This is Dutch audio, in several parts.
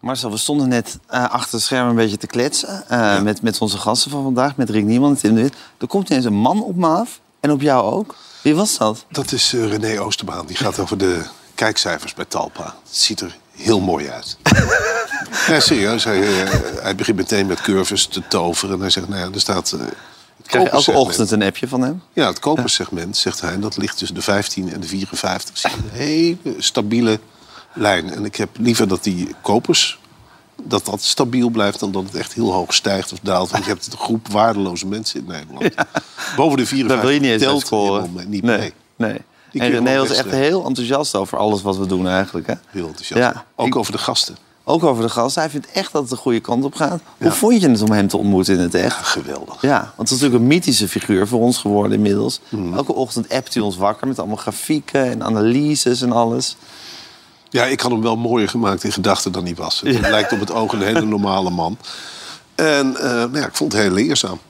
Marcel, we stonden net achter het scherm een beetje te kletsen. Met onze gasten van vandaag, met Rick Niemann en Tim de Wit. Er komt ineens een man op me af. En op jou ook. Wie was dat? Dat is René Oosterbaan. Die gaat over de kijkcijfers bij Talpa. Het ziet er heel mooi uit. Ja, serieus. Hij begint meteen met curves te toveren. En hij zegt, nou ja, er staat... Krijg je elke ochtend een appje van hem? Ja, het koperssegment, zegt hij, dat ligt tussen de 15 en de 54. Zie je een hele stabiele lijn. En ik heb liever dat die kopers, dat stabiel blijft... dan dat het echt heel hoog stijgt of daalt. Want je hebt een groep waardeloze mensen in Nederland. Ja. Boven de 54 daar wil je niet eens telt scoren. Niet mee. Nee. En René was echt heel enthousiast over alles wat we doen eigenlijk. Hè? Heel enthousiast. Ja. Ook over de gasten. Ook over de gasten. Hij vindt echt dat het de goede kant op gaat. Hoe vond je het om hem te ontmoeten in het echt? Ja, geweldig. Ja, want het is natuurlijk een mythische figuur voor ons geworden inmiddels. Elke ochtend appt hij ons wakker met allemaal grafieken en analyses en alles. Ja, ik had hem wel mooier gemaakt in gedachten dan hij was. Het lijkt op het oog een hele normale man. En ik vond het heel leerzaam.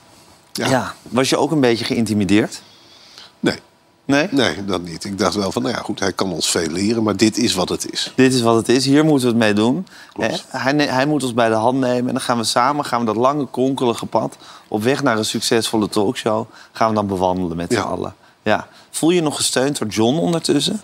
Ja. Was je ook een beetje geïntimideerd? Nee. Nee? Nee, dat niet. Ik dacht wel van, nou ja, goed, hij kan ons veel leren, maar dit is wat het is. Dit is wat het is. Hier moeten we het mee doen. Hij moet ons bij de hand nemen en dan gaan we samen dat lange, kronkelige pad op weg naar een succesvolle talkshow gaan we dan bewandelen met z'n allen. Ja. Voel je je nog gesteund door John ondertussen?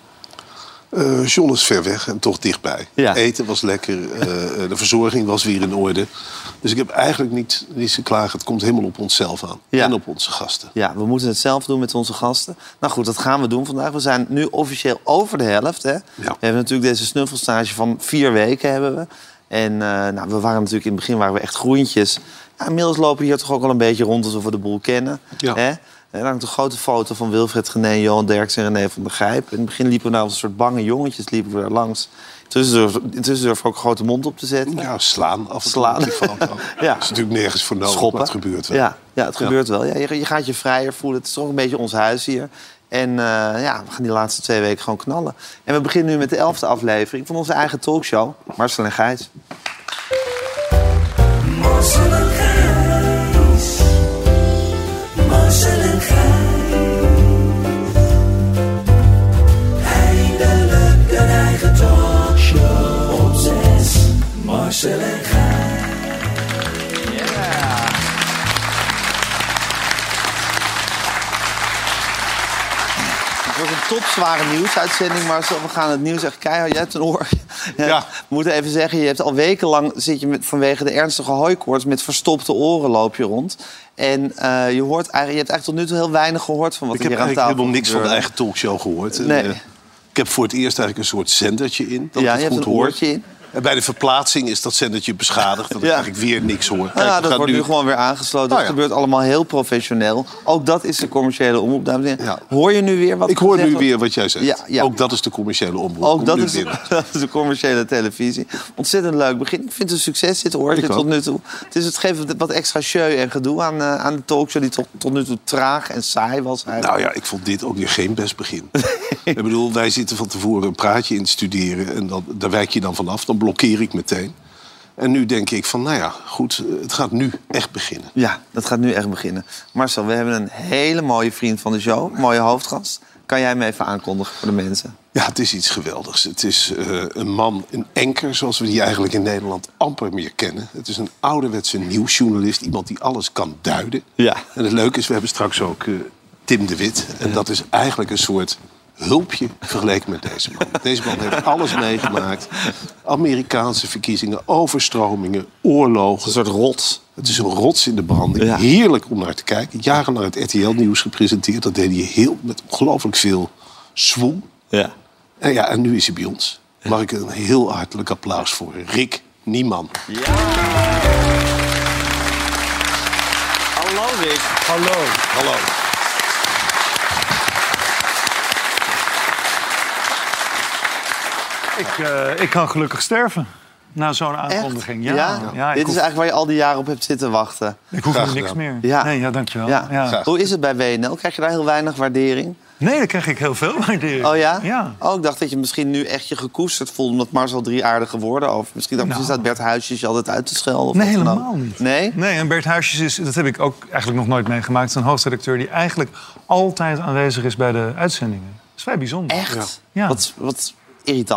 John is ver weg en toch dichtbij. Ja. Eten was lekker, de verzorging was weer in orde. Dus ik heb eigenlijk niet te klagen. Het komt helemaal op onszelf aan. Ja. En op onze gasten. Ja, we moeten het zelf doen met onze gasten. Nou goed, dat gaan we doen vandaag. We zijn nu officieel over de helft. Hè? Ja. We hebben natuurlijk deze snuffelstage van 4 weken. Hebben we. En we waren natuurlijk in het begin waren we echt groentjes. Ja, inmiddels lopen we hier toch ook al een beetje rond alsof we de boel kennen. Ja. Hè? En dan hangt een grote foto van Wilfred Genee, Johan Derksen en René van der Gijp. In het begin liepen we nou als een soort bange jongetjes liepen we daar langs. Intussen durf ik ook een grote mond op te zetten. Ja, slaan af en toe. Ja. Dat is natuurlijk nergens voor nodig, schoppen. Maar het gebeurt wel. Ja, het gebeurt wel. Ja, je gaat je vrijer voelen. Het is toch een beetje ons huis hier. En we gaan die laatste 2 weken gewoon knallen. En we beginnen nu met de 11e aflevering van onze eigen talkshow. Marcel en Gijs. Marcel en Gijs. Marcel en Gijs. Eindelijk een eigen talkshow op 6. Marcel en Gijs. Het was een topzware nieuwsuitzending, maar we gaan het nieuws echt keihard. Jij hebt een oor. Ja. We moeten even zeggen, je hebt al wekenlang vanwege de ernstige hooikoorts met verstopte oren loop je rond. En je hebt eigenlijk tot nu toe heel weinig gehoord van wat er hier aan tafel gebeurt. Ik heb helemaal niks van de eigen talkshow gehoord. Nee. Ik heb voor het eerst eigenlijk een soort zendertje in. Dat je hebt een oortje in. En bij de verplaatsing is dat zendertje beschadigd. Dat ik eigenlijk weer niks hoor. Ja, dat wordt nu gewoon weer aangesloten. Het gebeurt allemaal heel professioneel. Ook dat is de commerciële omroep, dames en heren. Ja. Hoor je nu weer wat ik hoor nu weer wat jij zegt. Ja. Ook dat is de commerciële omroep. Ook dat is de commerciële televisie. Ontzettend leuk begin. Ik vind het een succes, dit oortje tot nu toe. Het geeft wat extra show en gedoe aan de talkshow... die tot nu toe traag en saai was eigenlijk. Nou ja, ik vond dit ook weer geen best begin. Ik bedoel, wij zitten van tevoren een praatje in te studeren... en daar wijk je dan vanaf, dan blokkeer ik meteen. En nu denk ik van, nou ja, goed, het gaat nu echt beginnen. Ja, dat gaat nu echt beginnen. Marcel, we hebben een hele mooie vriend van de show, een mooie hoofdgast. Kan jij hem even aankondigen voor de mensen? Ja, het is iets geweldigs. Het is een man, een anker, zoals we die eigenlijk in Nederland amper meer kennen. Het is een ouderwetse nieuwsjournalist, iemand die alles kan duiden. Ja. En het leuke is, we hebben straks ook Tim de Wit. En dat is eigenlijk een soort hulpje vergeleken met deze man. Deze man heeft alles meegemaakt. Amerikaanse verkiezingen, overstromingen, oorlogen. Een soort rots. Het is een rots in de branding. Ja. Heerlijk om naar te kijken. Jarenlang het RTL-nieuws gepresenteerd. Dat deed hij met ongelooflijk veel zwoel. Ja. En nu is hij bij ons. Mag ik een heel hartelijk applaus voor Rick Niemann. Ja. Hallo Rick. Hallo. Ik kan gelukkig sterven na zo'n aankondiging. Ja? Dit is eigenlijk waar je al die jaren op hebt zitten wachten. Ik hoef nu niks meer. Ja. Nee, dankjewel. Ja. Ja. Hoe is het bij WNL? Krijg je daar heel weinig waardering? Nee, daar krijg ik heel veel waardering. Oh ja? Ja. Oh, ik dacht dat je misschien nu echt je gekoesterd voelde... omdat Marcel 3 aardige woorden over... Misschien staat Bert Huisjes je altijd uit te schelden? Of nee, helemaal niet. Nee? Nee, en Bert Huisjes dat heb ik ook eigenlijk nog nooit meegemaakt. Een hoofdredacteur die eigenlijk altijd aanwezig is bij de uitzendingen. Dat is vrij bijzonder. Echt? Ja. Wat irritant.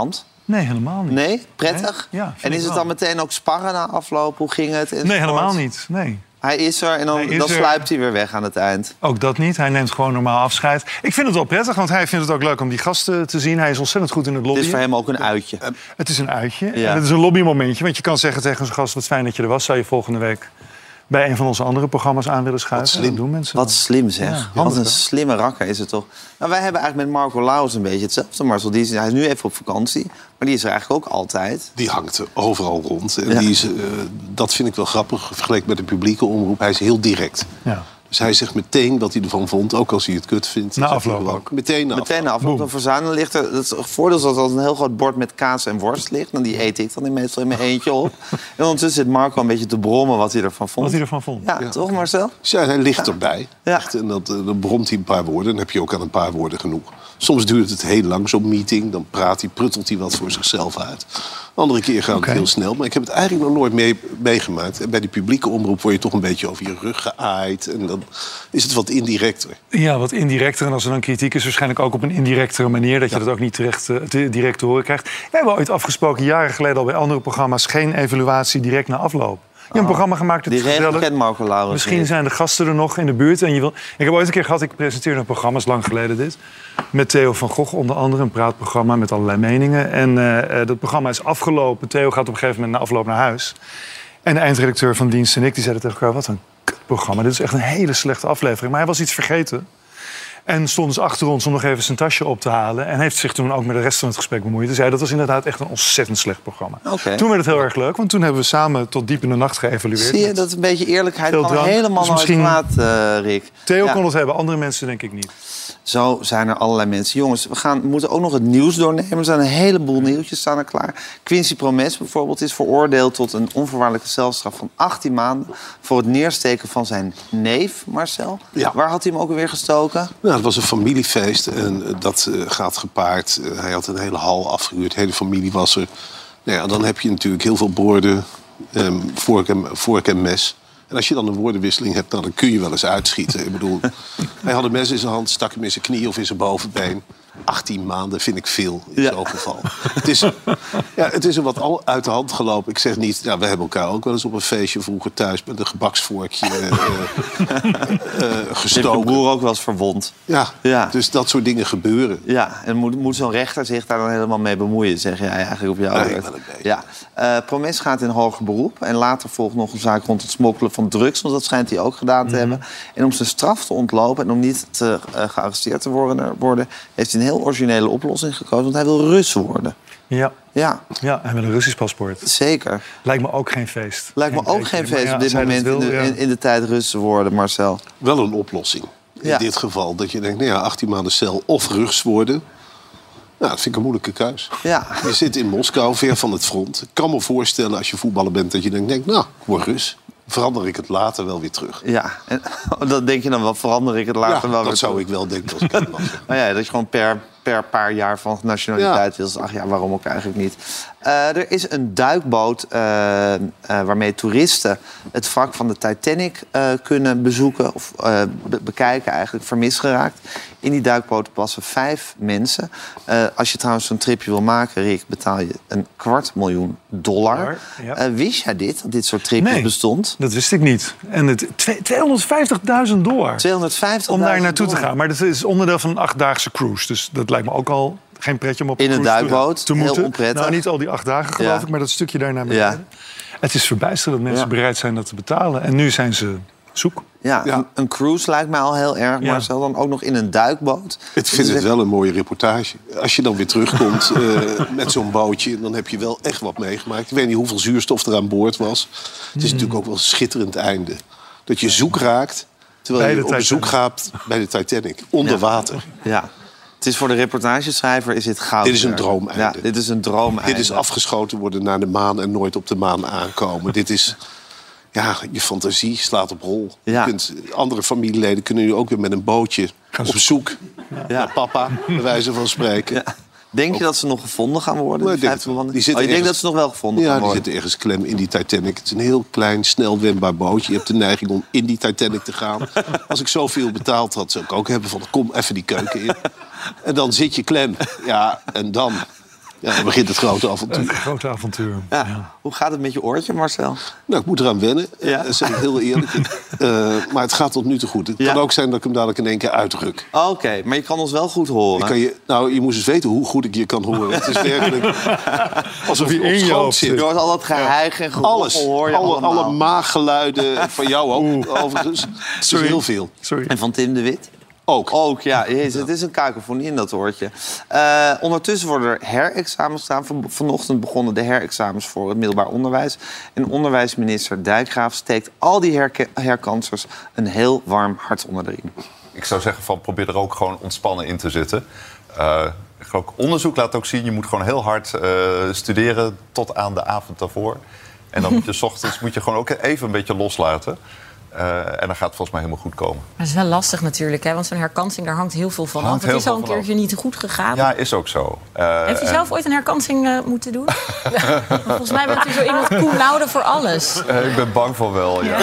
Nee, helemaal niet. Nee? Prettig? Nee? Ja, en vind is ik het wel. dan meteen ook sparren na afloop? Hoe ging het? Nee, helemaal niet. Nee. Hij is er en Hij dan is er. sluipt hij weer weg aan het eind. Ook dat niet. Hij neemt gewoon normaal afscheid. Ik vind het wel prettig, want hij vindt het ook leuk om die gasten te zien. Hij is ontzettend goed in het Het lobbyen. is voor hem ook een uitje. Het is een uitje. Ja. En het is een lobbymomentje. Want je kan zeggen tegen zo'n gast, wat fijn dat je er was. Zou je volgende week bij een van onze andere programma's aan willen schuiven? Wat slim. Dat doen mensen Wat dan. slim zeg. Ja, Wat handig, een hè? slimme rakker is het toch. Nou, wij hebben eigenlijk met Marco Lauwers een beetje hetzelfde. Marcel, hij is nu even op vakantie. Maar die is er eigenlijk ook altijd. Die hangt overal rond. En Ja. die is, dat vind ik wel grappig, vergeleken met de publieke omroep. Hij is heel direct. Ja. Dus hij zegt meteen wat hij ervan vond, ook als hij het kut vindt. Na Dan zegt afloop hij gewoon, ook. Meteen na Meteen af. Boem. Van verzuilen ligt er. Het voordeel is dat er een heel groot bord met kaas en worst ligt. En die eet ik dan meestal in mijn eentje op. En ondertussen zit Marco een beetje te brommen wat hij ervan vond. Wat hij ervan vond. Ja, toch Marcel? Dus ja, hij ligt erbij. Ja. Echt, en dan bromt hij een paar woorden. Dan heb je ook aan een paar woorden genoeg. Soms duurt het heel lang, zo'n meeting. Dan pruttelt hij wat voor zichzelf uit. Andere keer gaat Oké. het heel snel. Maar ik heb het eigenlijk nog nooit meegemaakt. En bij die publieke omroep word je toch een beetje over je rug geaaid. En dan is het wat indirecter. Ja, wat indirecter. En als er dan kritiek is, waarschijnlijk ook op een indirectere manier. Dat je dat ook niet direct te horen krijgt. We hebben ooit afgesproken, jaren geleden al bij andere programma's, geen evaluatie direct na afloop. Je hebt een programma gemaakt, het Die is regel gezellig. kent Marco Lauwers. Misschien niet. zijn de gasten er nog in de buurt. En ik heb ooit een keer gehad, ik presenteerde een programma, is lang geleden dit. Met Theo van Gogh onder andere, een praatprogramma met allerlei meningen. En dat programma is afgelopen. Theo gaat op een gegeven moment na afloop naar huis. En de eindredacteur van dienst en ik, die zeiden tegen elkaar, wat een kutprogramma. Dit is echt een hele slechte aflevering. Maar hij was iets vergeten. En stond dus achter ons om nog even zijn tasje op te halen. En heeft zich toen ook met de rest van het gesprek bemoeid. Hij zei, dat was inderdaad echt een ontzettend slecht programma. Oké. Toen werd het heel erg leuk, want toen hebben we samen tot diep in de nacht geëvalueerd. Zie je, dat is een beetje eerlijkheid Veel kan drank. helemaal Dus nooit misschien- kwaad, Rick. Theo Ja. kon het hebben, andere mensen denk ik niet. Zo zijn er allerlei mensen. Jongens, we moeten ook nog het nieuws doornemen. Er zijn een heleboel nieuwtjes staan er klaar. Quincy Promes bijvoorbeeld is veroordeeld tot een onvoorwaardelijke celstraf van 18 maanden... voor het neersteken van zijn neef, Marcel. Ja. Waar had hij hem ook alweer gestoken? Nou, het was een familiefeest en dat gaat gepaard. Hij had een hele hal afgehuurd, de hele familie was er. Nou ja, dan heb je natuurlijk heel veel borden, vork en mes. En als je dan een woordenwisseling hebt, nou, dan kun je wel eens uitschieten. Ik bedoel, hij had een mes in zijn hand, stak hem in zijn knie of in zijn bovenbeen. 18 maanden vind ik veel in zo'n geval. Het is een wat uit de hand gelopen. Ik zeg niet, we hebben elkaar ook wel eens op een feestje vroeger thuis... met een gebaksvorkje Heeft mijn gestoken. broer ook wel eens verwond. Ja, dus dat soort dingen gebeuren. Ja, en moet zo'n rechter zich daar dan helemaal mee bemoeien, zeg jij eigenlijk op jouw Nee, beurt? wel een beetje. Ja. Promes gaat in hoger beroep. En later volgt nog een zaak rond het smokkelen van drugs. Want dat schijnt hij ook gedaan te hebben. En om zijn straf te ontlopen en om niet gearresteerd te worden... heeft hij een heel originele oplossing gekozen. Want hij wil Rus worden. Ja, Ja, en met een Russisch paspoort. zeker. Lijkt me ook geen feest. Lijkt me ook geen feest op dit moment in de tijd Rus te worden, Marcel. Wel een oplossing. In Ja. dit geval. Dat je denkt, 18 maanden cel of Rugs worden. Nou, dat vind ik een moeilijke keus. Ja. Je zit in Moskou, ver van het front. Ik kan me voorstellen als je voetballer bent dat je denkt... ik word Rus. Verander ik het later wel weer terug. Ja, en dat denk je dan wel, verander ik het later wel weer dat zou terug. ik wel denken als ik het was. Nou ja, dat je gewoon per paar jaar van nationaliteit wil. Dus ach ja, waarom ook eigenlijk niet. Er is een duikboot waarmee toeristen het wrak van de Titanic kunnen bezoeken. Of bekijken eigenlijk, vermist geraakt. In die duikboot passen 5 mensen. Als je trouwens zo'n tripje wil maken, Rick, betaal je $250.000. Ja. Wist jij dit, dat dit soort tripjes Nee. bestond? Dat wist ik niet. En het $250.000 $250.000 om daar naartoe te gaan. Maar dat is onderdeel van een 8-daagse cruise. Dus dat lijkt me ook al geen pretje om op In een cruise duikboot, te heel moeten. onprettig. Nou, niet al die 8 dagen geloof Ja. ik, maar dat stukje daarna Ja. beneden. Het is verbijsterend dat mensen bereid zijn dat te betalen. En nu zijn ze zoek. Ja, Ja. een cruise lijkt mij al heel erg, Ja. Marcel. Dan ook nog in een duikboot. Ik vind het wel een mooie reportage. Als je dan weer terugkomt met zo'n bootje... dan heb je wel echt wat meegemaakt. Ik weet niet hoeveel zuurstof er aan boord was. Het is natuurlijk ook wel een schitterend einde. Dat je zoek raakt, terwijl Bij je de op bezoek Titanic. gaat bij de Titanic. Onder water. Ja. Het is voor de reportageschrijver is dit goud. Dit is een droomeinde. Ja, dit is een droomeinde. Dit is afgeschoten worden naar de maan en nooit op de maan aankomen. Dit is... Ja, je fantasie slaat op rol. Ja. Andere familieleden kunnen nu ook weer met een bootje op zoek naar papa, bij wijze van spreken. Ja. Denk je dat ze nog gevonden gaan worden? Nee, die ik denk 5 het wel. bewoners? Die Je zitten denkt dat ergens- ze nog wel gevonden Ja, gaan die worden? zitten ergens klem in die Titanic. Het is een heel klein, snel wendbaar bootje. Je hebt de neiging om in die Titanic te gaan. Als ik zoveel betaald had, zou ik ook hebben van... kom even die keuken in. En dan zit je klem. Ja, en dan... Ja, dan begint het grote avontuur. Het grote avontuur. Ja. Hoe gaat het met je oortje, Marcel? Nou, ik moet eraan wennen, Ja. zeg ik heel eerlijk. Maar het gaat tot nu toe goed. Het kan ook zijn dat ik hem dadelijk in één keer uitruk. Oké, maar je kan ons wel goed horen. Je moest eens weten hoe goed ik je kan horen. Het is werkelijk alsof je op schoot zit. Door al dat geheig en geroffel hoor je alle maaggeluiden van jou ook, overigens. Het is heel veel. Sorry. En van Tim de Wit? Ook. Ja. Jezus, het is een kakofonie in dat oortje. Ondertussen worden er herexamens gedaan. Vanochtend begonnen de herexamens voor het middelbaar onderwijs. En onderwijsminister Dijkgraaf steekt al die herkansers een heel warm hart onder de riem. Ik zou zeggen, probeer er ook gewoon ontspannen in te zitten. Ik geloof, onderzoek laat ook zien, je moet gewoon heel hard studeren tot aan de avond daarvoor. En dan moet je 's ochtends gewoon ook even een beetje loslaten. En dan gaat het volgens mij helemaal goed komen. Maar het is wel lastig natuurlijk, hè? Want zo'n herkansing, daar hangt heel veel van af. Het is al een keertje niet goed gegaan. Ja, is ook zo. Heeft u zelf ooit een herkansing moeten doen? Volgens mij bent u zo iemand cum laude voor alles. Ik ben bang voor wel, ja.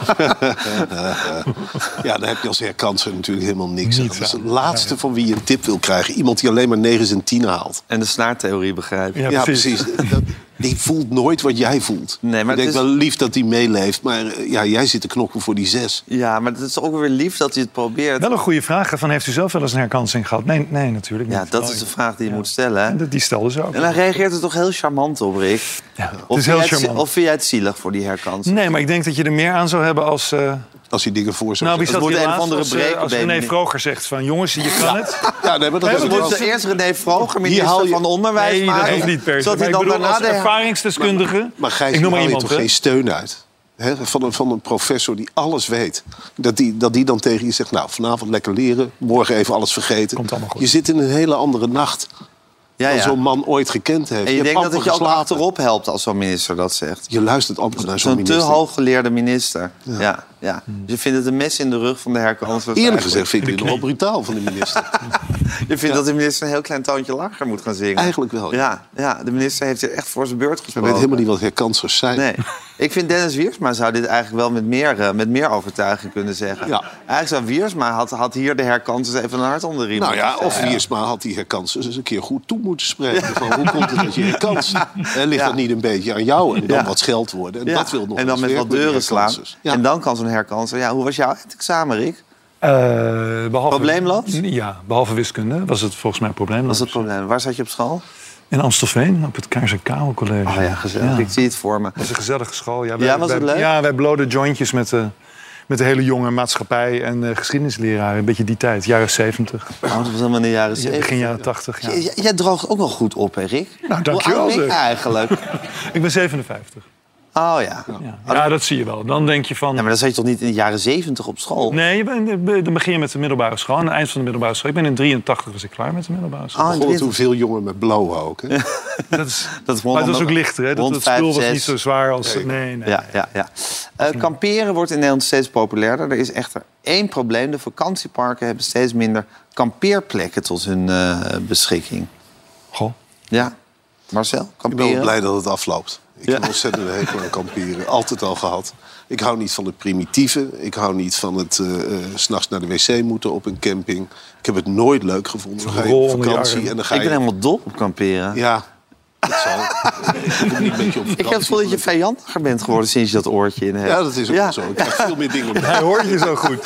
Ja, daar heb je als herkanser natuurlijk helemaal niks aan. Dat is het laatste van wie je een tip wil krijgen. Iemand die alleen maar 9's en 10 haalt. En de snaartheorie begrijpt. Ja, precies. Die voelt nooit wat jij voelt. Nee, maar ik denk het is wel lief dat hij meeleeft. Maar jij zit te knokken voor die 6. Ja, maar het is ook weer lief dat hij het probeert. Wel een goede vraag. Van, heeft u zelf wel eens een herkansing gehad? Nee, natuurlijk niet. Ja, dat is de vraag die je moet stellen. Hè? En die stelde ze ook. En hij reageert er toch heel charmant op, Rick? Ja, het is heel charmant. Of vind jij het zielig voor die herkansing? Nee, maar ik denk dat je er meer aan zou hebben als... Als hij dingen voor zou Nou, wie Het zat wordt hier een of andere laatst als René breekbeen. Vroger zegt van... jongens, je kan het. Ja, nee, maar dat Het is wordt eerst René Vroger, minister haal je- van Onderwijs. Nee, dat maken, hoeft niet per se. zodat Maar hij ik dan bedoel, daarna als de ervaringsdeskundige... Maar Gijs, ik noem maar haal je iemand, toch hè? geen steun uit? Hè? Van een professor die alles weet. Dat die dan tegen je zegt... nou, vanavond lekker leren, morgen even alles vergeten. Komt allemaal goed. Je zit in een hele andere nacht... Ja, dan ja. zo'n man ooit gekend heeft. En je denkt dat hebt het je ook amper geslapen. achterop helpt als zo'n minister dat zegt. Je luistert amper naar zo'n Zo'n te minister. hooggeleerde minister. Ja. Dus je vindt het een mes in de rug van de herkansers. Eerlijk gezegd vind ik het nogal brutaal van de minister. Je vindt dat de minister een heel klein toontje lager moet gaan zingen. Eigenlijk wel. Ja, de minister heeft zich echt voor zijn beurt Ik gesproken. weet helemaal niet wat herkansers zijn. Nee. Ik vind Dennis Wiersma zou dit eigenlijk wel met meer overtuiging kunnen zeggen. Ja. Eigenlijk zou Wiersma had hier de herkansers even een hart onder de riem. Nou ja, moeten of zetten. Wiersma had die herkansers eens een keer goed toe moeten spreken. Van, hoe komt het dat je herkanst? Ligt dat niet een beetje aan jou? En dan wat scheld worden. En Ja. dat wil nog en dan eens met werken wat deuren die slaan. herkansers. Ja. En dan kan zo'n herkanser... Ja, hoe was jouw examen, Rick? Behalve, Probleemloos? Ja, behalve wiskunde was het volgens mij probleemloos. Dat is het probleem. Waar zat je op school? In Amstelveen, op het Keizer Karel College. Oh ja, gezellig. Ja. Ik zie het voor me. Het was een gezellige school. Ja, Was het leuk? Ja, wij bloden jointjes met de hele jonge maatschappij en geschiedenisleraren. Een beetje die tijd, jaren 70. Oh, dat was helemaal in de jaren 70. Begin jaren 80. Ja. Jij droogt ook wel goed op, hè, Rick? Nou, dankjewel, Hoe oud ben je zeg. eigenlijk? Ik ben 57. Oh ja. Ja, dat zie je wel. Dan denk je van... Ja, maar dan zat je toch niet in de jaren 70 op school? Nee, dan begin je met de middelbare school. Aan het eind van de middelbare school. Ik ben in 83 was ik klaar met de middelbare school. Oh, Begon toen veel jongen met blauw ook. Hè? Dat is, Dat is maar het was ook lichter. Hè? rond Het spul was 5, niet zo zwaar als... Nee. Nee. Ja. Kamperen wordt in Nederland steeds populairder. Er is echter één probleem. De vakantieparken hebben steeds minder kampeerplekken tot hun beschikking. Goh. Ja. Marcel, Ik ben kamperen? wel blij dat het afloopt. Ik heb ontzettend hekel aan kamperen. Altijd al gehad. Ik hou niet van het primitieve. Ik hou niet van het 's nachts naar de wc moeten op een camping. Ik heb het nooit leuk gevonden. Dan ga je rol op onder je vakantie arm. en dan ga Ik je... ben helemaal dol op kamperen. Ja, dat zal. Ik ben niet met je op Ik heb het vakantie. gevoel dat je vijandiger bent geworden sinds je dat oortje in hebt. Ja, dat is ook wel zo. Ik krijg veel meer dingen op. Hij hoort je zo goed.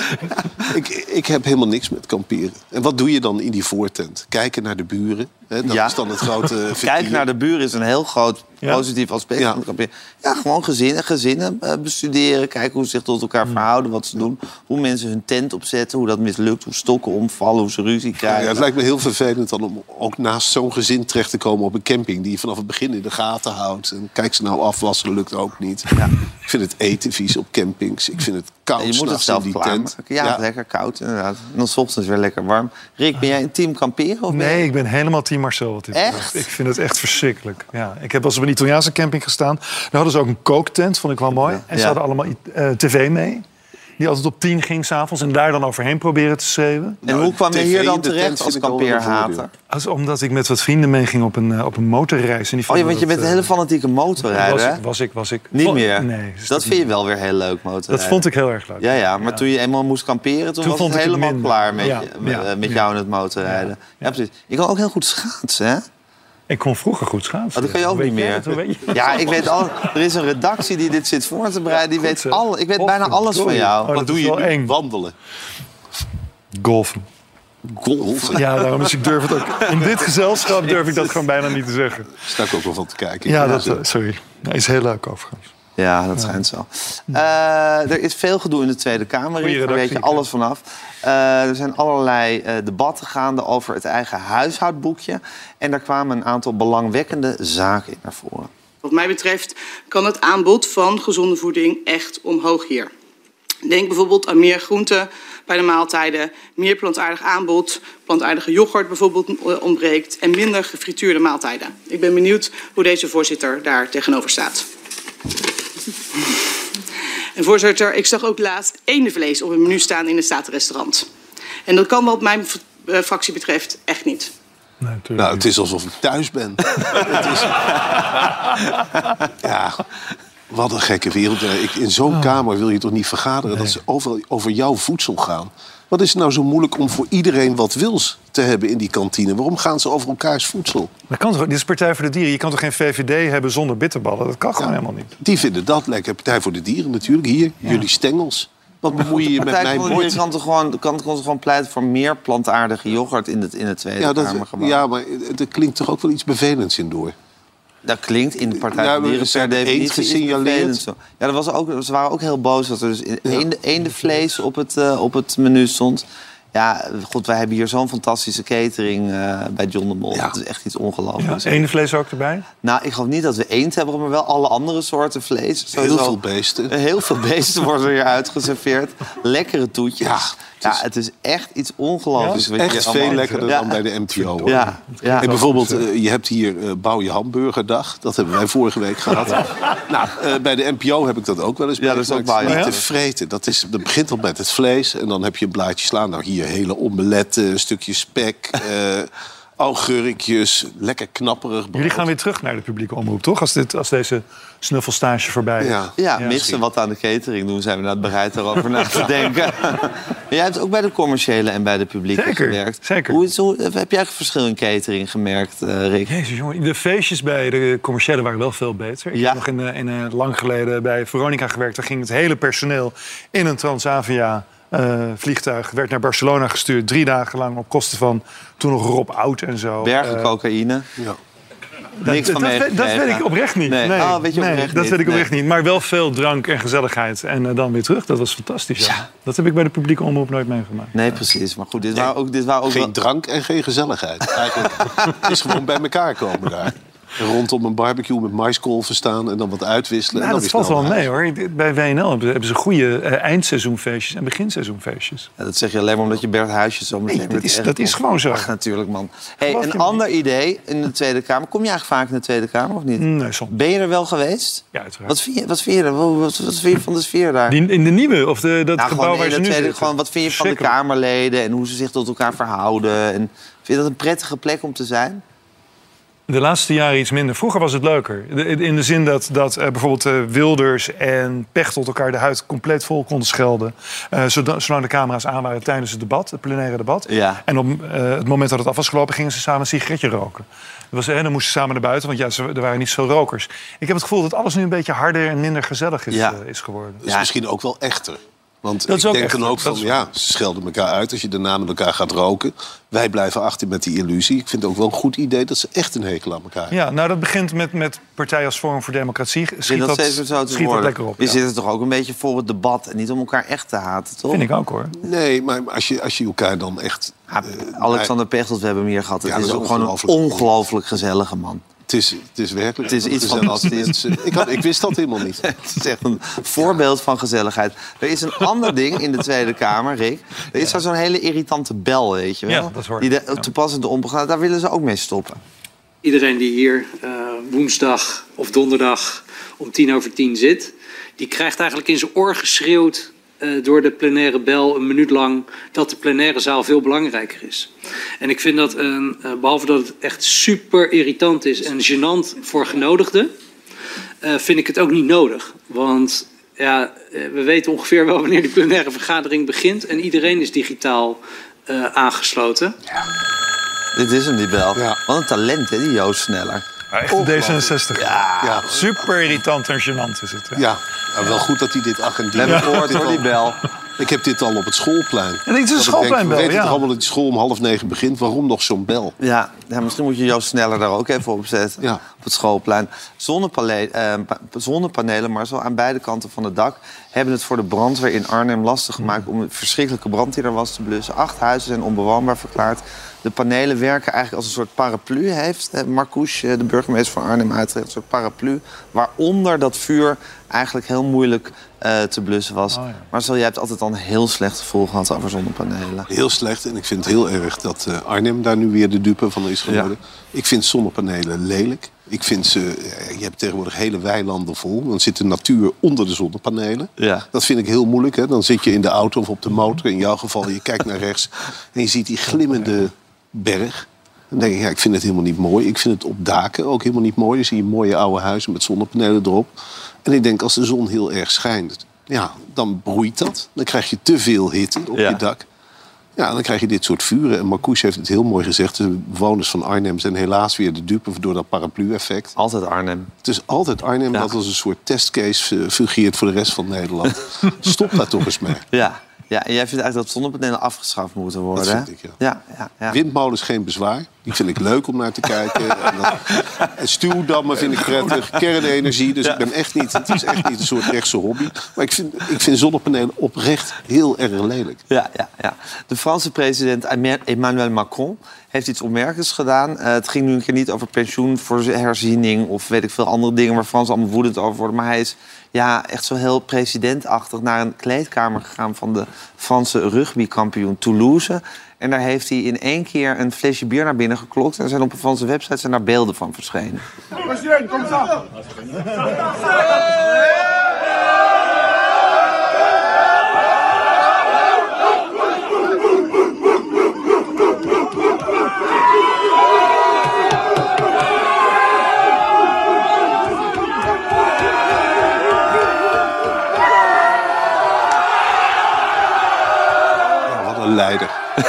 Ik heb helemaal niks met kamperen. En wat doe je dan in die voortent? Kijken naar de buren. Hè? Dat Ja. is dan het grote vertier. Kijken naar de buren is een heel groot positief aspect Ja. van het kamperen. Ja, gewoon gezinnen bestuderen. Kijken hoe ze zich tot elkaar verhouden, wat ze doen. Hoe mensen hun tent opzetten, hoe dat mislukt. Hoe stokken omvallen, hoe ze ruzie krijgen. Ja, het lijkt me heel vervelend dan om ook naast zo'n gezin terecht te komen op een camping... die je vanaf het begin in de gaten houdt. En kijk ze nou afwassen, lukt ook niet. Ja. Ik vind het eten vies op campings. Ik vind het koud En je moet het s'nachts zelf in die klaarmaken. tent. Ja, lekker koud inderdaad. En dan 's ochtends weer lekker warm. Rick, ben jij een team kamperen? Of Nee, ik ben helemaal team Marcel. Wat dit Echt? betreft. Ik vind het echt verschrikkelijk. Ja, ik heb wel eens op een Italiaanse camping gestaan. Daar hadden ze ook een kooktent, vond ik wel mooi. En ze Ja. hadden allemaal tv mee. Die altijd op 10 ging s'avonds. En daar dan overheen proberen te schreeuwen. En hoe kwam je TV hier in dan de tent terecht als vind ik wel een kampeerhater? voordeel. Dat is omdat ik met wat vrienden meeging op een motorreis. En die Oh ja, vonden want je bent een hele fanatieke motorrijder, hè? Was ik. Niet meer? Nee. Dat vind je wel weer heel leuk, motorrijden. Dat vond ik heel erg leuk. Ja, maar toen je eenmaal moest kamperen, toen was vond het ik het helemaal minder. klaar met, Ja, met jou en het motorrijden. Ja, precies. Je kan ook heel goed schaatsen, hè? Ik kon vroeger goed schaatsen. Dat kan je ook niet meer. Ja, ik weet al. Er is een redactie die dit zit voor te bereiden. Die weet al. Ik weet bijna alles van jou. Wat doe je nu? eng. Wandelen. Golfen. Ja, daarom dus ik durf het ook. In dit gezelschap durf ik dat gewoon bijna niet te zeggen. Daar sta ik ook wel van te kijken. Ja, sorry. Dat is heel leuk overigens. Ja, dat schijnt zo. Er is veel gedoe in de Tweede Kamer. Daar weet je alles vanaf. Er zijn allerlei debatten gaande over het eigen huishoudboekje. En daar kwamen een aantal belangwekkende zaken in naar voren. Wat mij betreft kan het aanbod van gezonde voeding echt omhoog hier. Denk bijvoorbeeld aan meer groenten bij de maaltijden, meer plantaardig aanbod, plantaardige yoghurt bijvoorbeeld ontbreekt en minder gefrituurde maaltijden. Ik ben benieuwd hoe deze voorzitter daar tegenover staat. En voorzitter, ik zag ook laatst eendenvlees op het menu staan in een statenrestaurant. En dat kan wat mijn fractie betreft echt niet. Nee, nou, het is alsof ik thuis ben. Het is... Ja, wat een gekke wereld. In zo'n kamer wil je toch niet vergaderen dat ze overal over jouw voedsel gaan. Wat is het nou zo moeilijk om voor iedereen wat wils te hebben in die kantine? Waarom gaan ze over elkaars voedsel? Dat kan toch? Dit is Partij voor de Dieren. Je kan toch geen VVD hebben zonder bitterballen? Dat kan gewoon helemaal niet. Die vinden dat lekker. Partij voor de Dieren natuurlijk. Hier, jullie stengels. Wat bemoei je met mijn bord? Je kan toch gewoon pleiten voor meer plantaardige yoghurt in het Tweede Kamergebouw? Ja, maar er klinkt toch ook wel iets vervelends in door? Dat klinkt in de Partij van de Dieren per definitie gesignaleerd. Ja, ze waren ook heel boos dat er dus eendenvlees op het menu stond. Ja, goed, wij hebben hier zo'n fantastische catering bij John de Mol. Ja. Dat is echt iets ongelooflijks. Ja, eendenvlees ook erbij? Nou, ik geloof niet dat we eend hebben, maar wel alle andere soorten vlees. Heel veel beesten. Heel veel beesten worden hier uitgeserveerd. Lekkere toetjes. Ja, het is echt iets ongelooflijks. Het is echt veel lekkerder dan bij de MTO. Hoor. Ja. En bijvoorbeeld, je hebt hier Bouw je hamburgerdag. Dat hebben wij vorige week gehad. Nou, bij de NPO heb ik dat ook wel eens. Ja, dat is ook waar. Niet te vreten. Dat begint al met het vlees. En dan heb je een blaadje sla. Nou, hier hele omeletten, een stukje spek... augurkjes, lekker knapperig brood. Jullie gaan weer terug naar de publieke omroep, toch? Als deze snuffelstage voorbij is. Ja, mits we wat aan de catering doen... zijn we nou bereid daarover na te denken. Jij hebt ook bij de commerciële en bij de publieke gewerkt. Zeker. Hoe heb jij verschil in catering gemerkt, Rick? Jezus, jongen. De feestjes bij de commerciële waren wel veel beter. Ik heb nog lang geleden bij Veronica gewerkt. Daar ging het hele personeel in een Transavia... vliegtuig werd naar Barcelona gestuurd. 3 dagen lang op kosten van toen nog Rob Oud en zo. Bergen cocaïne. Ja. Niks van dat weet ik oprecht niet. Nee. Dat weet ik oprecht niet. Maar wel veel drank en gezelligheid. En dan weer terug. Dat was fantastisch. Ja. Dat heb ik bij de publieke omroep nooit meegemaakt. Nee, precies. Maar goed, dit waren ook geen drank en geen gezelligheid. Eigenlijk het is gewoon bij elkaar komen daar. Rondom een barbecue met maiskolven staan en dan wat uitwisselen. Nou, dat valt wel mee, hoor. Bij WNL hebben ze goede eindseizoenfeestjes en beginseizoenfeestjes. Ja, dat zeg je alleen maar omdat je Bert Huisjes zo meteen... Nee, dat is gewoon zo. Ach, natuurlijk, man. Hey, een ander idee in de Tweede Kamer. Kom je eigenlijk vaak in de Tweede Kamer, of niet? Nee, soms. Ben je er wel geweest? Ja, uiteraard. Wat vind je van de sfeer daar? In de nieuwe, of dat gebouw waar ze nu zitten? Gewoon, wat vind je van de Kamerleden en hoe ze zich tot elkaar verhouden? En vind je dat een prettige plek om te zijn? De laatste jaren iets minder. Vroeger was het leuker. In de zin dat bijvoorbeeld Wilders en Pechtold elkaar de huid compleet vol konden schelden. Zolang de camera's aan waren tijdens het debat, het plenaire debat. Ja. En op het moment dat het af was gelopen, gingen ze samen een sigaretje roken. Dan moesten ze samen naar buiten, want er waren niet zo rokers. Ik heb het gevoel dat alles nu een beetje harder en minder gezellig is geworden. Dat is misschien ook wel echter. Want dat ik denk dan ook van, ze schelden elkaar uit als je daarna met elkaar gaat roken. Wij blijven achter met die illusie. Ik vind het ook wel een goed idee dat ze echt een hekel aan elkaar hebben. Ja, nou dat begint met partijen als Forum voor Democratie. Schiet dat lekker op. Je zit er toch ook een beetje voor het debat en niet om elkaar echt te haten, toch? Vind ik ook, hoor. Nee, maar als je elkaar dan echt... Alexander Pechtold, we hebben hem hier gehad. Het is ook gewoon een ongelooflijk gezellige man. Het is werkelijk... Het is iets fantastisch. Ik wist dat helemaal niet. Het is echt een voorbeeld van gezelligheid. Er is een ander ding in de Tweede Kamer, Rick. Er is zo'n hele irritante bel, weet je wel. Ja, dat hoort. Die te pas en te onbegaan. Daar willen ze ook mee stoppen. Iedereen die hier woensdag of donderdag om 10:10 zit... die krijgt eigenlijk in zijn oor geschreeuwd... door de plenaire bel een minuut lang... dat de plenaire zaal veel belangrijker is. En ik vind dat, behalve dat het echt super irritant is... en gênant voor genodigden... vind ik het ook niet nodig. Want we weten ongeveer wel wanneer die plenaire vergadering begint... en iedereen is digitaal aangesloten. Dit is hem, die bel. Ja. Wat een talent, hè, die Joost Sneller. Ja, echt een D66. Ja. Super irritant en gênant is het. Ja, nou, wel goed dat hij dit agendient. We hebben gehoord, hoor, die bel. Ik heb dit al op het schoolplein. En dit is een schoolpleinbel, We weten ja. toch allemaal dat die school om 8:30 begint. Waarom nog zo'n bel? Ja, misschien moet je Joost Sneller daar ook even op zetten. Ja. Op het schoolplein. Zonnepanelen, maar zo aan beide kanten van het dak... hebben het voor de brandweer in Arnhem lastig gemaakt... om een verschrikkelijke brand die er was te blussen. 8 huizen zijn onbewoonbaar verklaard. De panelen werken eigenlijk als een soort paraplu, heeft Marcouche, de burgemeester van Arnhem, uitgelegd. Een soort paraplu, waaronder dat vuur eigenlijk heel moeilijk te blussen was. Oh, ja. Marcel, jij hebt altijd al een heel slecht gevoel gehad over zonnepanelen. Heel slecht. En ik vind het heel erg dat Arnhem daar nu weer de dupe van is geworden. Ja. Ik vind zonnepanelen lelijk. Ik vind ze... Je hebt tegenwoordig hele weilanden vol. Dan zit de natuur onder de zonnepanelen. Ja. Dat vind ik heel moeilijk. Hè? Dan zit je in de auto of op de motor. In jouw geval, je kijkt naar rechts. En je ziet die glimmende berg. Dan denk ik, ja, ik vind het helemaal niet mooi. Ik vind het op daken ook helemaal niet mooi. Dan zie je mooie oude huizen met zonnepanelen erop. En ik denk, als de zon heel erg schijnt... ja, dan broeit dat. Dan krijg je te veel hitte op je dak. Ja, dan krijg je dit soort vuren. En Marcouche heeft het heel mooi gezegd. De bewoners van Arnhem zijn helaas weer de dupe door dat paraplu-effect. Altijd Arnhem. Het is altijd Arnhem dat als een soort testcase fungeert voor de rest van Nederland. Stop daar toch eens mee. Ja, en jij vindt eigenlijk dat zonnepanelen afgeschaft moeten worden, Dat hè? vind ik, ja. Ja. Windmolens geen bezwaar. Die vind ik leuk om naar te kijken. En stuwdammen vind ik prettig. Kernenergie. Dus ik ben echt niet... Het is echt niet een soort rechtse hobby. Maar ik vind zonnepanelen oprecht heel erg lelijk. Ja. De Franse president Emmanuel Macron heeft iets opmerkelijks gedaan. Het ging nu een keer niet over pensioenherziening... of weet ik veel andere dingen waar Fransen allemaal woedend over worden. Maar hij is echt zo heel presidentachtig naar een kleedkamer gegaan... van de Franse rugbykampioen Toulouse. En daar heeft hij in 1 keer een flesje bier naar binnen geklokt. En zijn op een Franse website zijn daar beelden van verschenen. Wat een leider.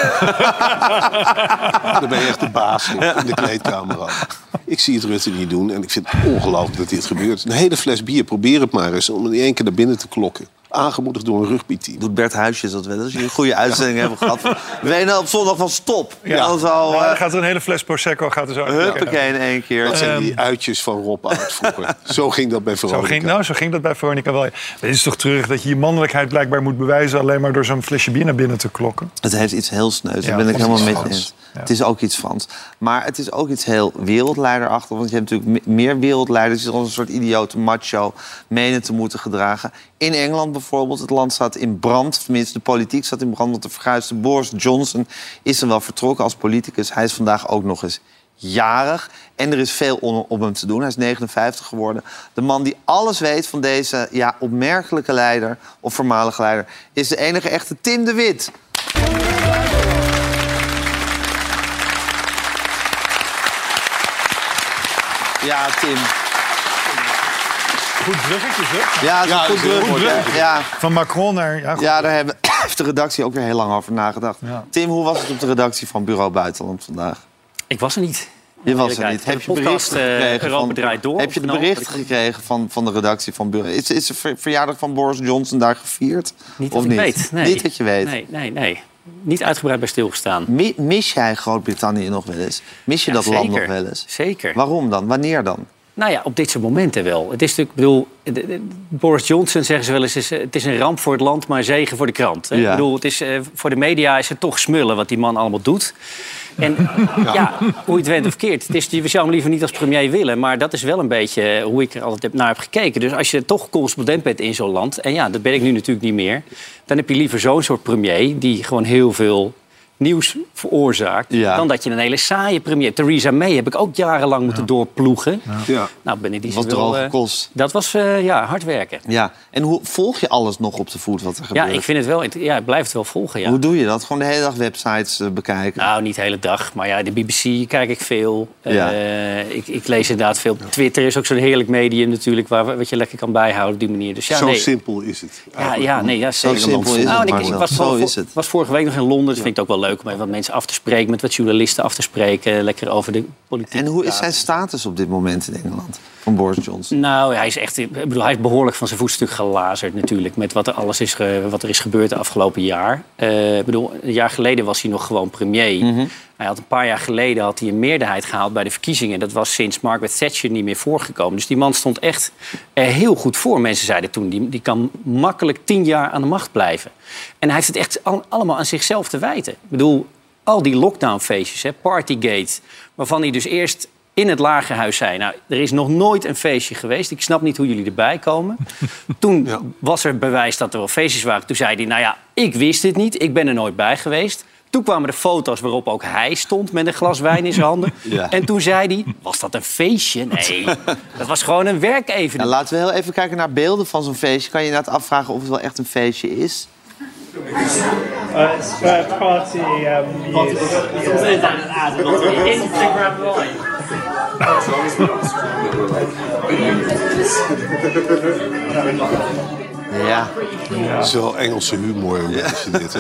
Dan ben je echt de baas in de kleedkamer al. Ik zie het Rutte niet doen en ik vind het ongelooflijk dat dit gebeurt. Een hele fles bier, probeer het maar eens om in 1 keer naar binnen te klokken. Aangemoedigd door een rugbyteam. Doet Bert Huisjes dat wel eens? Als je een goede uitzending hebben gehad. We zijn op zondag van stop. Ja. Dan gaat er een hele fles Prosecco gaat er zo uit. Huppakee in 1 keer. Dat zijn die uitjes van Rob Oud vroeger. Zo ging dat bij Veronica. Zo ging dat bij Veronica wel. Het is toch terug dat je je mannelijkheid blijkbaar moet bewijzen... alleen maar door zo'n flesje bier naar binnen te klokken. Het heeft iets heel sneus. Daar Ja, ben ik helemaal Frans. mee eens. Ja. Het is ook iets Frans. Maar het is ook iets heel wereldleiderachtig. Want je hebt natuurlijk meer wereldleiders... die als een soort idiote macho menen te moeten gedragen. In Engeland bijvoorbeeld. Het land staat in brand. Tenminste, de politiek staat in brand. Want de verguisde Boris Johnson is dan wel vertrokken als politicus. Hij is vandaag ook nog eens jarig. En er is veel om hem te doen. Hij is 59 geworden. De man die alles weet van deze opmerkelijke leider... of voormalige leider... is de enige echte Tim de Wit. Ja, Tim. Goed bruggetje, zeg. Ja, het is een goed bruggetje. Ja. Van Macron naar... Ja, goed. Daar heeft de redactie ook weer heel lang over nagedacht. Ja. Tim, hoe was het op de redactie van Bureau Buitenland vandaag? Ik was er niet. Je was er niet. Heb je berichten gekregen Europa draait door? Heb je de berichten gekregen van de redactie van Bureau? Is de verjaardag van Boris Johnson daar gevierd? Niet of dat ik weet. Nee. Niet dat je weet? Nee. Niet uitgebreid bij stilgestaan. Mis jij Groot-Brittannië nog wel eens? Mis je dat land nog wel eens? Zeker. Waarom dan? Wanneer dan? Nou ja, op dit soort momenten wel. Het is natuurlijk, Boris Johnson zeggen ze wel eens... het is een ramp voor het land, maar een zegen voor de krant. Hè? Ja. Ik bedoel, het is, voor de media is het toch smullen wat die man allemaal doet. En hoe je het went of keert. Je zou hem liever niet als premier willen. Maar dat is wel een beetje hoe ik er altijd naar heb gekeken. Dus als je toch correspondent bent in zo'n land... en dat ben ik nu natuurlijk niet meer... dan heb je liever zo'n soort premier... die gewoon heel veel nieuws veroorzaakt... dan dat je een hele saaie premier... Theresa May heb ik ook jarenlang moeten doorploegen. Ja. Nou, ben ik die Wat droog gekost. Dat was hard werken. Ja. En hoe volg je alles nog op de voet wat er gebeurt? Ja, ik vind het wel. Ik blijf het wel volgen, ja. Hoe doe je dat? Gewoon de hele dag websites bekijken? Nou, niet de hele dag. Maar ja, de BBC kijk ik veel. Ik lees inderdaad veel. Twitter is ook zo'n heerlijk medium natuurlijk... wat je lekker kan bijhouden op die manier. Dus Zo simpel is het. Ja, zeker. Zo simpel is het, Ik was vorige week nog in Londen. Dat vind ik ook wel leuk om even wat mensen af te spreken... met wat journalisten af te spreken, lekker over de politiek. En hoe is zijn status op dit moment in Engeland, van Boris Johnson? Nou, hij is echt, hij is behoorlijk van zijn voetstuk gelazerd natuurlijk... met wat er is gebeurd de afgelopen jaar. Een jaar geleden was hij nog gewoon premier... Mm-hmm. Hij had een paar jaar geleden een meerderheid gehaald bij de verkiezingen. Dat was sinds Margaret Thatcher niet meer voorgekomen. Dus die man stond echt heel goed voor. Mensen zeiden toen, die kan makkelijk 10 jaar aan de macht blijven. En hij heeft het echt allemaal aan zichzelf te wijten. Ik bedoel, al die lockdownfeestjes, Partygate... waarvan hij dus eerst in het Lagerhuis zei... nou, er is nog nooit een feestje geweest. Ik snap niet hoe jullie erbij komen. Toen was er bewijs dat er wel feestjes waren. Toen zei hij, nou ja, ik wist het niet. Ik ben er nooit bij geweest. Toen kwamen de foto's waarop ook hij stond met een glas wijn in zijn handen. Ja. En toen zei hij, was dat een feestje? Nee, dat was gewoon een werkevenement. Nou, laten we heel even kijken naar beelden van zo'n feestje. Kan je inderdaad afvragen of het wel echt een feestje is? It's party Instagram live. Ja. Dat is wel Engelse humor, een beetje dit, hè?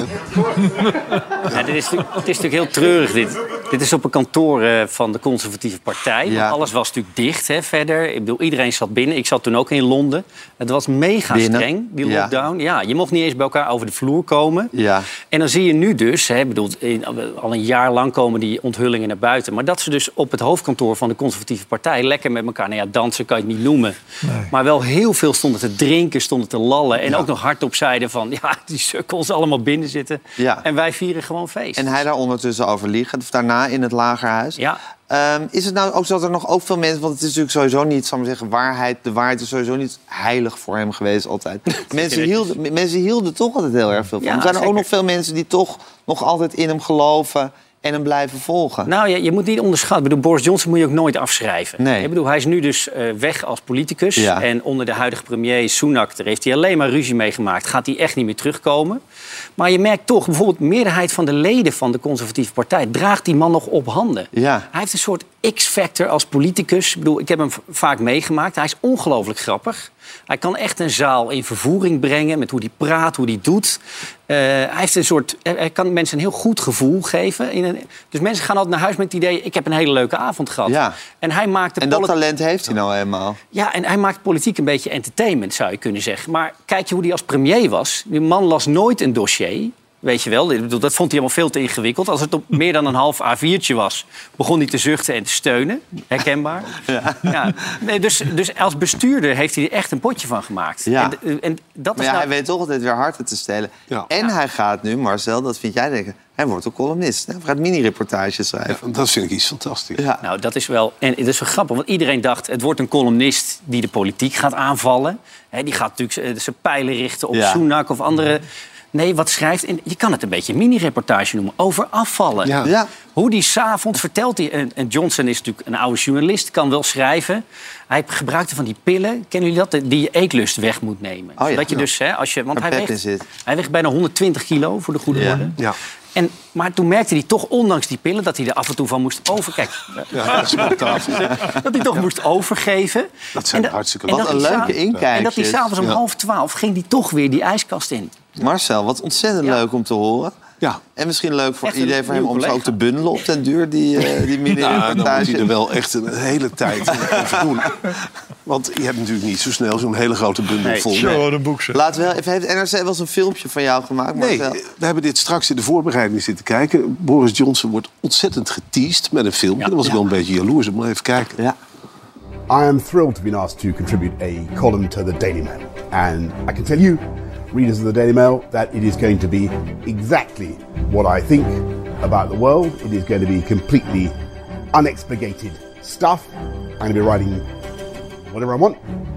Ja, het is natuurlijk heel treurig, dit is op een kantoor van de Conservatieve Partij. Ja. Alles was natuurlijk dicht, verder. Ik bedoel, iedereen zat binnen. Ik zat toen ook in Londen. Het was mega streng, die lockdown. Ja, je mocht niet eens bij elkaar over de vloer komen. Ja. En dan zie je nu dus, al een jaar lang komen die onthullingen naar buiten. Maar dat ze dus op het hoofdkantoor van de Conservatieve Partij... lekker met elkaar, dansen kan je het niet noemen. Nee. Maar wel heel veel stonden te drinken, stonden te lallen. En ook nog hardop zeiden van, die sukkels allemaal binnen zitten. Ja. En wij vieren gewoon feest. En hij daar ondertussen over liegen, of daarna in het Lagerhuis. Ja. Is het nou ook zo dat er nog ook veel mensen... want het is natuurlijk sowieso niet, zal ik maar zeggen... de waarheid is sowieso niet heilig voor hem geweest altijd. mensen hielden toch altijd heel erg veel van. Ja, er zijn er ook nog veel mensen die toch nog altijd in hem geloven... en hem blijven volgen. Nou ja, je moet niet onderschatten. Ik bedoel, Boris Johnson moet je ook nooit afschrijven. Nee. Ik bedoel, hij is nu dus weg als politicus. Ja. En onder de huidige premier Sunak, daar heeft hij alleen maar ruzie mee gemaakt. Gaat hij echt niet meer terugkomen. Maar je merkt toch, bijvoorbeeld de meerderheid van de leden van de Conservatieve Partij... draagt die man nog op handen. Ja. Hij heeft een soort X-factor als politicus. Ik bedoel, ik heb hem vaak meegemaakt. Hij is ongelooflijk grappig. Hij kan echt een zaal in vervoering brengen met hoe hij praat, hoe hij doet. Hij kan mensen een heel goed gevoel geven. Dus mensen gaan altijd naar huis met het idee... ik heb een hele leuke avond gehad. Ja. En dat talent heeft hij nou eenmaal. Ja, en hij maakt politiek een beetje entertainment, zou je kunnen zeggen. Maar kijk je hoe hij als premier was. Die man las nooit een dossier... Weet je wel, dat vond hij helemaal veel te ingewikkeld. Als het op meer dan een half A4'tje was... begon hij te zuchten en te steunen. Herkenbaar. Ja. Nee, dus als bestuurder heeft hij er echt een potje van gemaakt. Ja. En dat maar hij weet toch altijd weer harten te stelen. Ja. En hij gaat nu, Marcel, dat vind jij denken... hij wordt een columnist. Hij gaat mini-reportages schrijven. Ja, dat vind ik iets fantastisch. Ja. Nou, dat is wel... En het is wel grappig, want iedereen dacht... het wordt een columnist die de politiek gaat aanvallen. Die gaat natuurlijk zijn pijlen richten op Sunak of andere... Nee, wat schrijft... En je kan het een beetje een mini-reportage noemen. Over afvallen. Ja. Ja. Hoe die 's avonds vertelt hij... En Johnson is natuurlijk een oude journalist, kan wel schrijven. Hij gebruikte van die pillen, kennen jullie dat? Die je eetlust weg moet nemen. Oh, ja. Dat je dus, want hij weegt bijna 120 kilo, voor de goede orde. Ja. Maar toen merkte hij toch, ondanks die pillen... dat hij er af en toe van moest overkijken. Dat hij toch moest overgeven. Dat zijn hartstikke wat een leuke inkijkjes. En dat hij s'avonds om 11:30 ging hij toch weer die ijskast in. Marcel, wat ontzettend leuk om te horen. Ja. En misschien leuk voor idee voor hem om ze ook te bundelen op den duur, die mini-reportage. Dan moet hij er wel echt een hele tijd over doen. Want je hebt natuurlijk niet zo snel zo'n hele grote bundel vol. Laten we even, heeft NRC wel eens een filmpje van jou gemaakt, Marcel? Nee, we hebben dit straks in de voorbereiding zitten kijken. Boris Johnson wordt ontzettend geteased met een filmpje. Ja. Daar was ik wel een beetje jaloers op. Maar even kijken. Ja. I am thrilled to be asked to contribute a column to the Daily Mail. And I can tell you, readers of the Daily Mail, that it is going to be exactly what I think about the world. It is going to be completely unexpurgated stuff. I'm going to be writing whatever I want.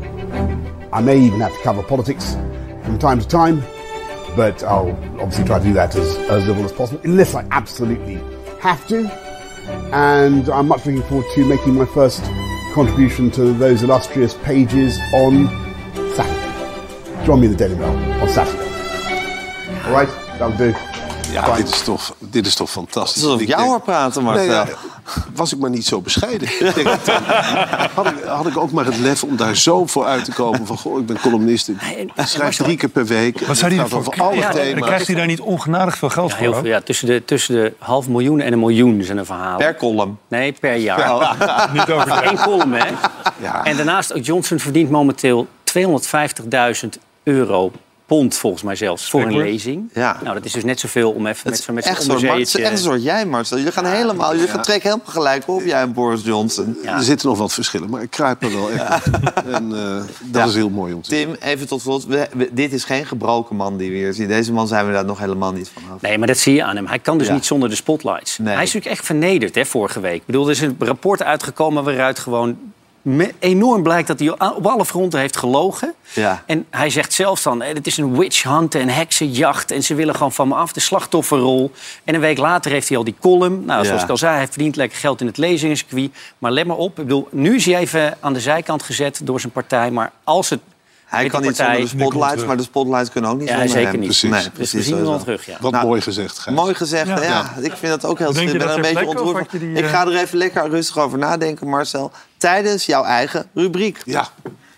I may even have to cover politics from time to time, but I'll obviously try to do that as little as possible, unless I absolutely have to. And I'm much looking forward to making my first contribution to those illustrious pages on Saturday. Join me in the Daily Mail on Saturday. All right, that'll do. Ja, dit is toch fantastisch. Alsof ik jou hoor praten, Marcel. Nee, was ik maar niet zo bescheiden. Had ik ook maar het lef om daar zo voor uit te komen. Van, goh, ik ben columnist. Ik schrijf 3 keer per week. Wat zou die het gaat over alle thema's. Dan krijgt hij daar niet ongenadig veel geld voor? Heel veel, ja. Tussen de 500.000 en 1 miljoen zijn er verhalen. Per column? Nee, per jaar. Niet over 1 column, hè? Ja. En daarnaast, ook Johnson verdient momenteel €250.000... pond volgens mij zelfs, voor een lezing. Ja. Nou, dat is dus net zoveel om even met zo'n Het is echt een soort jij, Marcel. Jullie trekken helemaal gelijk op, jij en Boris Johnson. Ja. Er zitten nog wat verschillen, maar ik kruip er wel echt. En dat is heel mooi om te zien. Tim, even tot slot. Dit is geen gebroken man die we hier zien. Deze man zijn we daar nog helemaal niet van af. Nee, maar dat zie je aan hem. Hij kan dus niet zonder de spotlights. Nee. Hij is natuurlijk echt vernederd, hè, vorige week. Ik bedoel, er is een rapport uitgekomen waaruit gewoon enorm blijkt dat hij op alle fronten heeft gelogen. Ja. En hij zegt zelfs dan, het is een witch hunt en heksenjacht... en ze willen gewoon van me af, de slachtofferrol. En een week later heeft hij al die column. Nou, zoals ik al zei, hij verdient lekker geld in het lezingencircuit. Maar let maar op, ik bedoel, nu is hij even aan de zijkant gezet door zijn partij. Maar als het... Hij kan niet zonder de spotlights, maar de spotlights kunnen ook niet zonder zeker hem. niet. Precies. Nee, Dus we zien hem wel terug, ja. Wat mooi gezegd, Gijs. Mooi gezegd, ja. Ik vind dat ook heel slim. Ik ben er een beetje ontroerd van. Ik ga er even lekker rustig over nadenken, Marcel. Tijdens jouw eigen rubriek. Ja.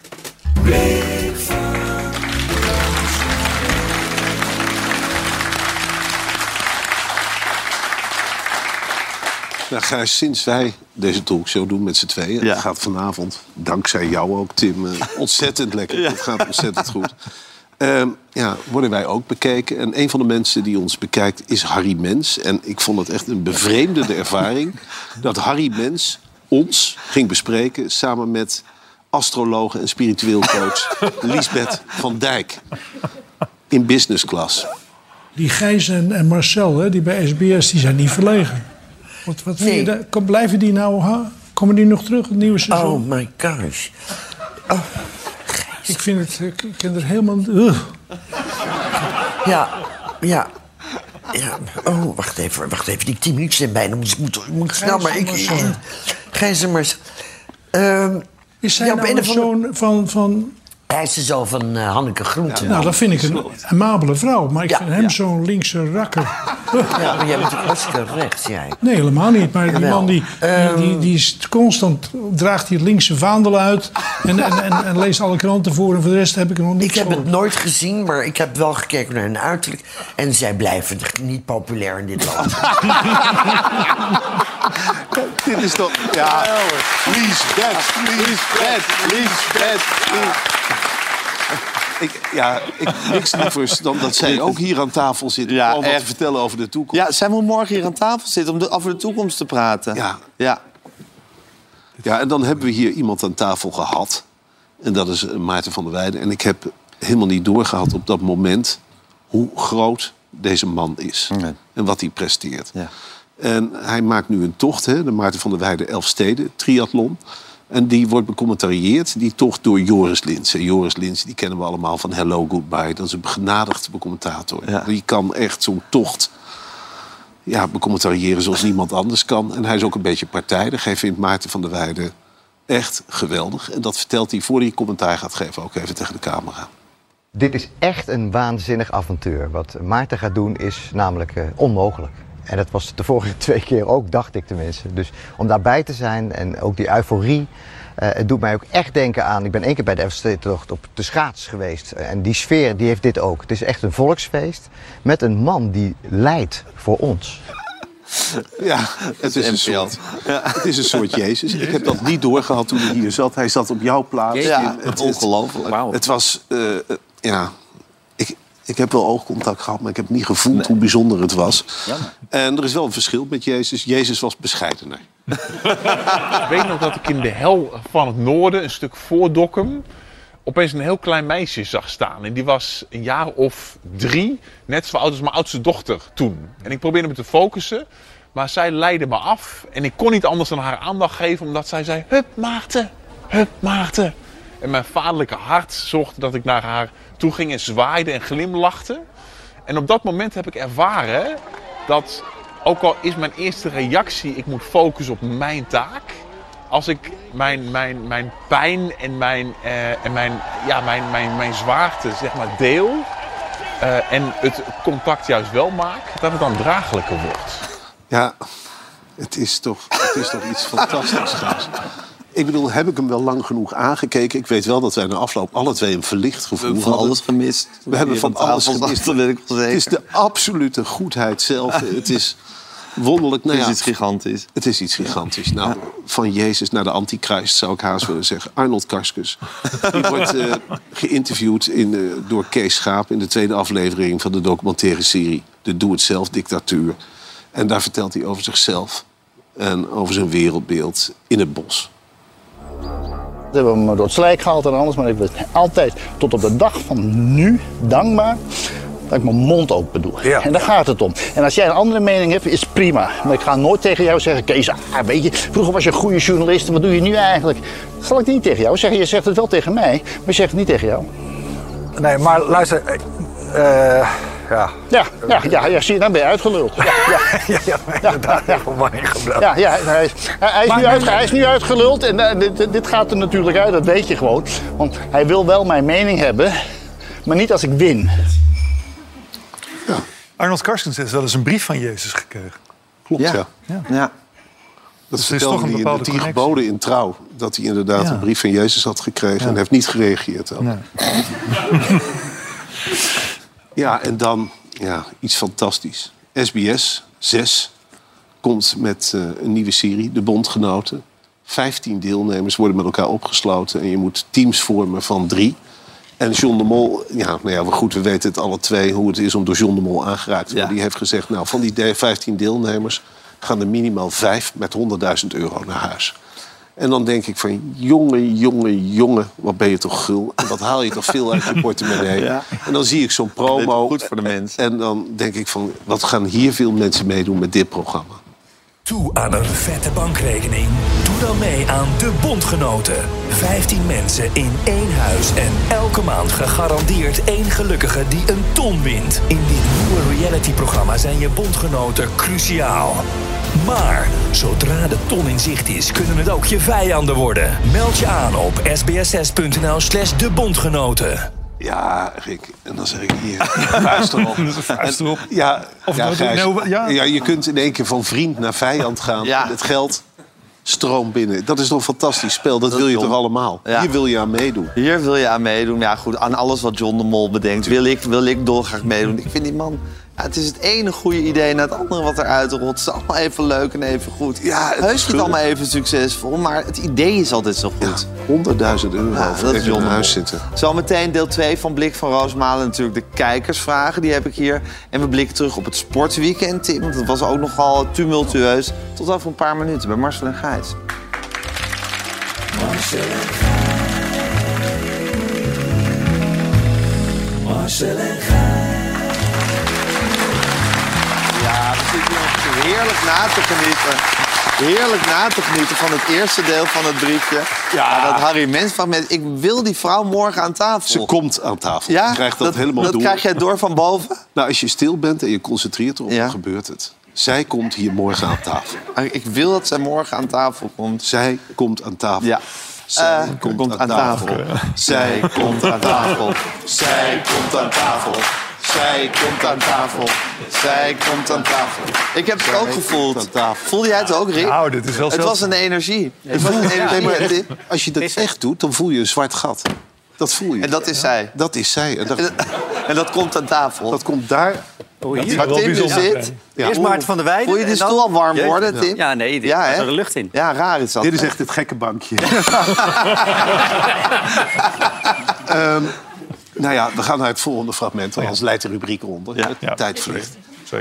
Nou, Gijs, sinds wij deze talkshow doen met z'n tweeën... Het gaat vanavond, dankzij jou ook, Tim, ontzettend lekker. Het gaat ontzettend goed. Worden wij ook bekeken. En een van de mensen die ons bekijkt is Harry Mens. En ik vond het echt een bevreemdende ervaring... dat Harry Mens ons ging bespreken... samen met astrologe en spiritueel coach Liesbeth van Dijk. In business class. Die Gijs en Marcel, hè, die bij SBS, die zijn niet verlegen. Wat vind je daar? Blijven die nou... Komen die nog terug, het nieuwe seizoen? Oh my gosh. Oh, ik vind het... Ik ken er helemaal... Ja. Oh, wacht even. Die 10 minuten zijn bijna. Moet snel, maar Gijs en Marcel. Is zij nou een zoon van... Hij is de zoon van Hanneke Groenten. Ja, nou, dat vind ik een amabele vrouw. Maar ik vind hem zo'n linkse rakker. Ja, maar jij bent ook hartstikke rechts, jij. Nee, helemaal niet. Maar die man die is constant... draagt hij het linkse vaandel uit... en leest alle kranten voor. En voor de rest heb ik er nog niks Ik heb het nooit gezien, maar ik heb wel gekeken naar hun uiterlijk. En zij blijven niet populair in dit land. Dit is toch... Ja, Liesbeth. Ik niks liever dan dat zij ook hier aan tafel zit... om wat te vertellen over de toekomst. Ja, zij moet morgen hier aan tafel zitten om over de toekomst te praten. Ja, en dan hebben we hier iemand aan tafel gehad. En dat is Maarten van der Weijden. En ik heb helemaal niet doorgehad op dat moment... hoe groot deze man is. Nee. En wat hij presteert. Ja. En hij maakt nu een tocht, de Maarten van der Weijden Elfsteden triathlon... En die wordt becommentarieerd, die tocht, door Joris Linz. En Joris Linz, die kennen we allemaal van Hello Goodbye. Dat is een begenadigd becomentator. Ja. Die kan echt zo'n tocht becommentariëren zoals niemand anders kan. En hij is ook een beetje partijdig. Hij vindt Maarten van der Weijden echt geweldig. En dat vertelt hij, voor hij commentaar gaat geven, ook even tegen de camera. Dit is echt een waanzinnig avontuur. Wat Maarten gaat doen is namelijk onmogelijk. En dat was de vorige 2 keer ook, dacht ik tenminste. Dus om daarbij te zijn en ook die euforie... het doet mij ook echt denken aan... Ik ben 1 keer bij de Elfstedentocht op de schaats geweest. En die sfeer, die heeft dit ook. Het is echt een volksfeest met een man die leidt voor ons. Ja, het is een soort Jezus. Ik heb dat niet doorgehad toen hij hier zat. Hij zat op jouw plaats. Ja, ongelooflijk. Het was... Ik heb wel oogcontact gehad, maar ik heb niet gevoeld hoe bijzonder het was. Jammer. En er is wel een verschil met Jezus. Jezus was bescheidener. Ik weet nog dat ik in de hel van het noorden, een stuk voor Dokkum... opeens een heel klein meisje zag staan. En die was een jaar of 3, net zo oud als mijn oudste dochter toen. En ik probeerde me te focussen, maar zij leidde me af. En ik kon niet anders dan haar aandacht geven, omdat zij zei... Hup Maarten, hup Maarten. En mijn vaderlijke hart zorgde dat ik naar haar toe ging en zwaaide en glimlachte. En op dat moment heb ik ervaren dat, ook al is mijn eerste reactie... ik moet focussen op mijn taak. Als ik mijn pijn en mijn zwaarte, zeg maar, deel... en het contact juist wel maakt, dat het dan draaglijker wordt. Ja, het is toch iets fantastisch. Ik bedoel, heb ik hem wel lang genoeg aangekeken? Ik weet wel dat wij na afloop alle twee een verlicht gevoel hadden. We hebben van alles gemist. We hebben van alles gemist. Dat weet ik wel zeker. Het is de absolute goedheid zelf. Het is wonderlijk. Het is iets gigantisch. Het is iets gigantisch. Nou, van Jezus naar de antichrist zou ik haast willen zeggen. Arnold Karskens. Die wordt geïnterviewd door Kees Schaap in de tweede aflevering van de documentaire serie De Doe-het-zelf dictatuur. En daar vertelt hij over zichzelf en over zijn wereldbeeld in het bos. Ze hebben me door het slijk gehaald en alles, maar ik ben altijd tot op de dag van nu dankbaar dat ik mijn mond open doe. Ja. En daar gaat het om. En als jij een andere mening hebt, is prima. Maar ik ga nooit tegen jou zeggen, Kees, weet je, vroeger was je een goede journalist en wat doe je nu eigenlijk? Dat zal ik niet tegen jou zeggen. Je zegt het wel tegen mij, maar je zegt het niet tegen jou. Nee, maar luister, Ja, zie je, dan ben je uitgeluld. Hij is nu uitgeluld en dit gaat er natuurlijk uit, dat weet je gewoon. Want hij wil wel mijn mening hebben, maar niet als ik win. Ja. Arnold Karskens heeft wel eens een brief van Jezus gekregen. Klopt, ja. Ja. Dat vertelde hij in de 10 geboden in Trouw. Dat hij inderdaad een brief van Jezus had gekregen en heeft niet gereageerd. Nee. Ja, en dan iets fantastisch. SBS 6 komt met een nieuwe serie, De Bondgenoten. 15 deelnemers worden met elkaar opgesloten. En je moet teams vormen van 3. En John de Mol, we weten het alle twee hoe het is om door John de Mol aangeraakt te worden. Die heeft gezegd, van die 15 deelnemers gaan er minimaal 5 met €100.000 naar huis. En dan denk ik van, jongen, wat ben je toch gul. En wat haal je toch veel uit je portemonnee. Ja. En dan zie ik zo'n promo. Goed voor de mensen. En dan denk ik van, wat gaan hier veel mensen meedoen met dit programma. Toe aan een vette bankrekening? Doe dan mee aan De Bondgenoten. 15 mensen in 1 huis en elke maand gegarandeerd 1 gelukkige die een ton wint. In dit nieuwe realityprogramma zijn je bondgenoten cruciaal. Maar zodra de ton in zicht is, kunnen het ook je vijanden worden. Meld je aan op sbs6.nl/debondgenoten. Ja, Rick, en dan zeg ik hier, vuist erop. Je kunt in één keer van vriend naar vijand gaan. Ja. Het geld stroomt binnen. Dat is toch een fantastisch spel, dat wil je toch allemaal? Ja. Hier wil je aan meedoen. Hier wil je aan meedoen. Ja, goed, aan alles wat John de Mol bedenkt wil ik dolgraag meedoen. Ik vind die man... Ja, het is het ene goede idee na het andere wat eruit rolt. Het is allemaal even leuk en even goed. Ja, heus niet allemaal even succesvol, maar het idee is altijd zo goed. Ja, €100.000 dat is in een huis zitten. Zometeen deel 2 van Blik van Roosmalen. Natuurlijk de kijkersvragen, die heb ik hier. En we blikken terug op het sportweekend, Tim. Want dat was ook nogal tumultueus. Tot over een paar minuten bij Marcel en Gijs. Marcel en Gijs. Ja, we zitten hier heerlijk na te genieten van het eerste deel van het briefje. Ja, dat Harry Mens fragment. Ik wil die vrouw morgen aan tafel. Ze komt aan tafel. Ja? Je krijgt dat helemaal door. Dat krijg jij door van boven? Nou, als je stil bent en je concentreert erop, dan gebeurt het. Zij komt hier morgen aan tafel. Ik wil dat zij morgen aan tafel komt. Zij komt aan tafel. Ja. Zij komt aan tafel. Zij komt aan tafel. Zij komt aan tafel. Zij komt aan tafel. Zij komt aan tafel. Ik heb het ook gevoeld. Voelde jij het ook, Rick? Nou, dit is wel het was een energie. Als je dat echt doet, dan voel je een zwart gat. Dat voel je. En dat is zij. Dat is zij. En dat komt aan tafel. Dat komt daar. Waar Tim nu zit. Eerst Maarten van der Weijden. Voel je de stoel al warm worden, Tim? Ja, nee, dit is er de lucht in. Ja, raar is dat. Dit is echt het gekke bankje. Nou ja, we gaan naar het volgende fragment. Want anders leidt de rubriek onder. Ja. De tijd vliegt.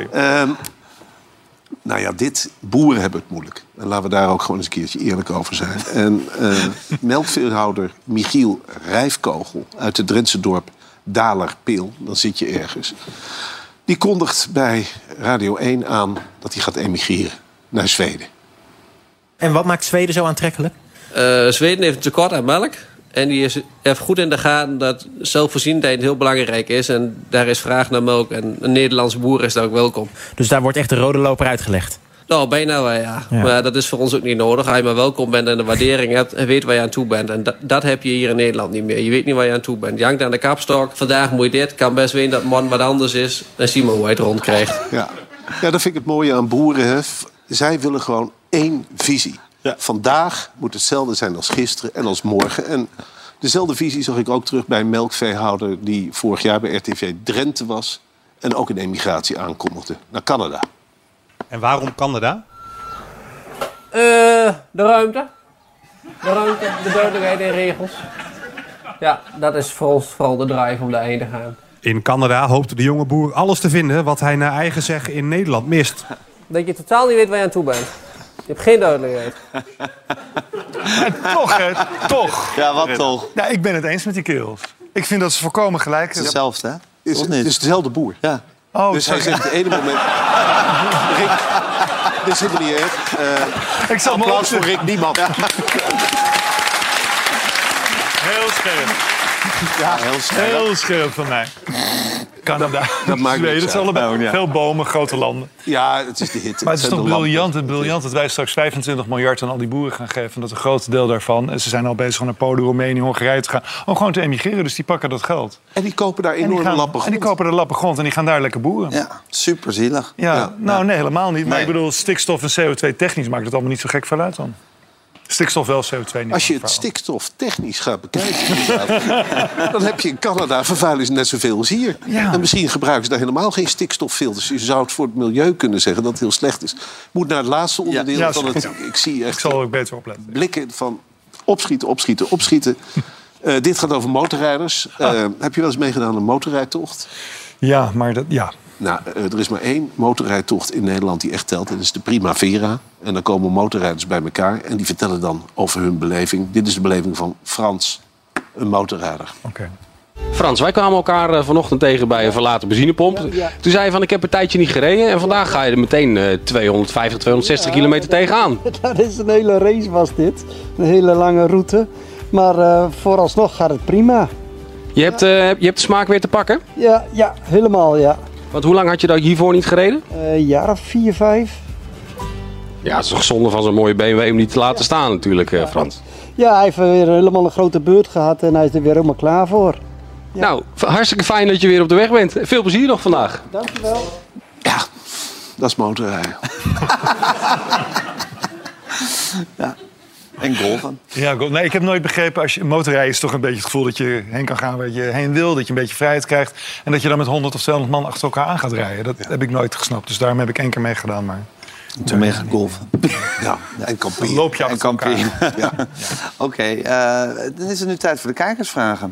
Nou ja, boeren hebben het moeilijk. En laten we daar ook gewoon eens een keertje eerlijk over zijn. En melkveehouder Michiel Rijfkogel uit het Drentse dorp Dalerpeel, dan zit je ergens. Die kondigt bij Radio 1 aan dat hij gaat emigreren naar Zweden. En wat maakt Zweden zo aantrekkelijk? Zweden heeft een tekort aan melk. En die heeft goed in de gaten dat zelfvoorzienendheid heel belangrijk is. En daar is vraag naar melk. En een Nederlandse boer is daar ook welkom. Dus daar wordt echt de rode loper uitgelegd? Nou, bijna wel, ja. Maar dat is voor ons ook niet nodig. Als je maar welkom bent en de waardering hebt en weet waar je aan toe bent. En dat heb je hier in Nederland niet meer. Je weet niet waar je aan toe bent. Je hangt aan de kapstok. Vandaag moet je dit. Kan best weten dat man wat anders is. Dan zie je maar hoe hij het rondkrijgt. Ja, dat vind ik het mooie aan boeren. Hè. Zij willen gewoon één visie. Ja. Vandaag moet hetzelfde zijn als gisteren en als morgen. En dezelfde visie zag ik ook terug bij een melkveehouder die vorig jaar bij RTV Drenthe was en ook een emigratie aankondigde naar Canada. En waarom Canada? De ruimte. De ruimte, de duidelijkheid en regels. Ja, dat is voor ons vooral de drive om daarheen te gaan. In Canada hoopt de jonge boer alles te vinden wat hij naar eigen zeggen in Nederland mist. Dat je totaal niet weet waar je aan toe bent. Je hebt geen duidelijkheid. Toch, hè? Toch. Ja, wat toch? Ja, ik ben het eens met die kerels. Ik vind dat ze volkomen gelijk zijn. Hetzelfde, hè? Het is dezelfde boer. Ja. Oh, dus hij zegt het ene moment... Rick, dit is helemaal niet erg. Ik zal applaus voor Rick Niemann. Ja. Heel scherp. Ja, heel scherp. Heel scherp van mij. Canada. Dat maakt Zweden, het is allebei. Ja. Veel bomen, grote landen. Ja, het is de hitte. Maar het is toch briljant dat wij straks 25 miljard aan al die boeren gaan geven. En dat een groot deel daarvan, en ze zijn al bezig om naar Polen, Roemenië, Hongarije te gaan, om gewoon te emigreren. Dus die pakken dat geld. En die kopen daar enorme lappen grond. En die kopen de lappen grond en die gaan daar lekker boeren. Ja, super zielig. Ja, nee, helemaal niet. Maar Nee. ik bedoel, stikstof en CO2 technisch maakt het allemaal niet zo gek veel uit dan. Stikstof wel, CO2 niet. Als je het stikstof technisch gaat bekijken, dan heb je in Canada vervuiling net zoveel als hier. Ja. En misschien gebruiken ze daar helemaal geen stikstoffilters. Je zou het voor het milieu kunnen zeggen dat het heel slecht is. Moet naar het laatste onderdeel Ja, van het... Ik zie echt Ik zal ook beter opletten. blikken van opschieten. Dit gaat over motorrijders. Heb je wel eens meegedaan aan een motorrijdtocht? Ja, maar dat... Ja. Nou, er is maar één motorrijdtocht in Nederland die echt telt. Dat is de Primavera. En dan komen motorrijders bij elkaar en die vertellen dan over hun beleving. Dit is de beleving van Frans, een motorrijder. Oké. Frans, wij kwamen elkaar vanochtend tegen bij een verlaten benzinepomp. Ja. Toen zei je van, ik heb een tijdje niet gereden. En vandaag ga je er meteen 250, 260 kilometer tegenaan. Dat is een hele race was dit. Een hele lange route. Maar vooralsnog gaat het prima. Je hebt de smaak weer te pakken? Ja, helemaal ja. Want hoe lang had je dat hiervoor niet gereden? Een jaar of 4, 5. Ja, het is toch zonde van zo'n mooie BMW om niet te laten staan natuurlijk, Frans. Ja, hij heeft weer helemaal een grote beurt gehad en hij is er weer helemaal klaar voor. Ja. Nou, hartstikke fijn dat je weer op de weg bent. Veel plezier nog vandaag. Dankjewel. Ja, dat is motorrijden. Ja. En golven. Ja, nee, ik heb nooit begrepen, als je motorrijden is toch een beetje het gevoel dat je heen kan gaan waar je heen wil. Dat je een beetje vrijheid krijgt. En dat je dan met 100 of 200 man achter elkaar aan gaat rijden. Dat heb ik nooit gesnapt. Dus daarom heb ik 1 keer meegedaan. Maar... Toen ben je gaan golven. Ja, en kamperen. Loop je achter elkaar. Ja. Oké, dan is het nu tijd voor de kijkersvragen.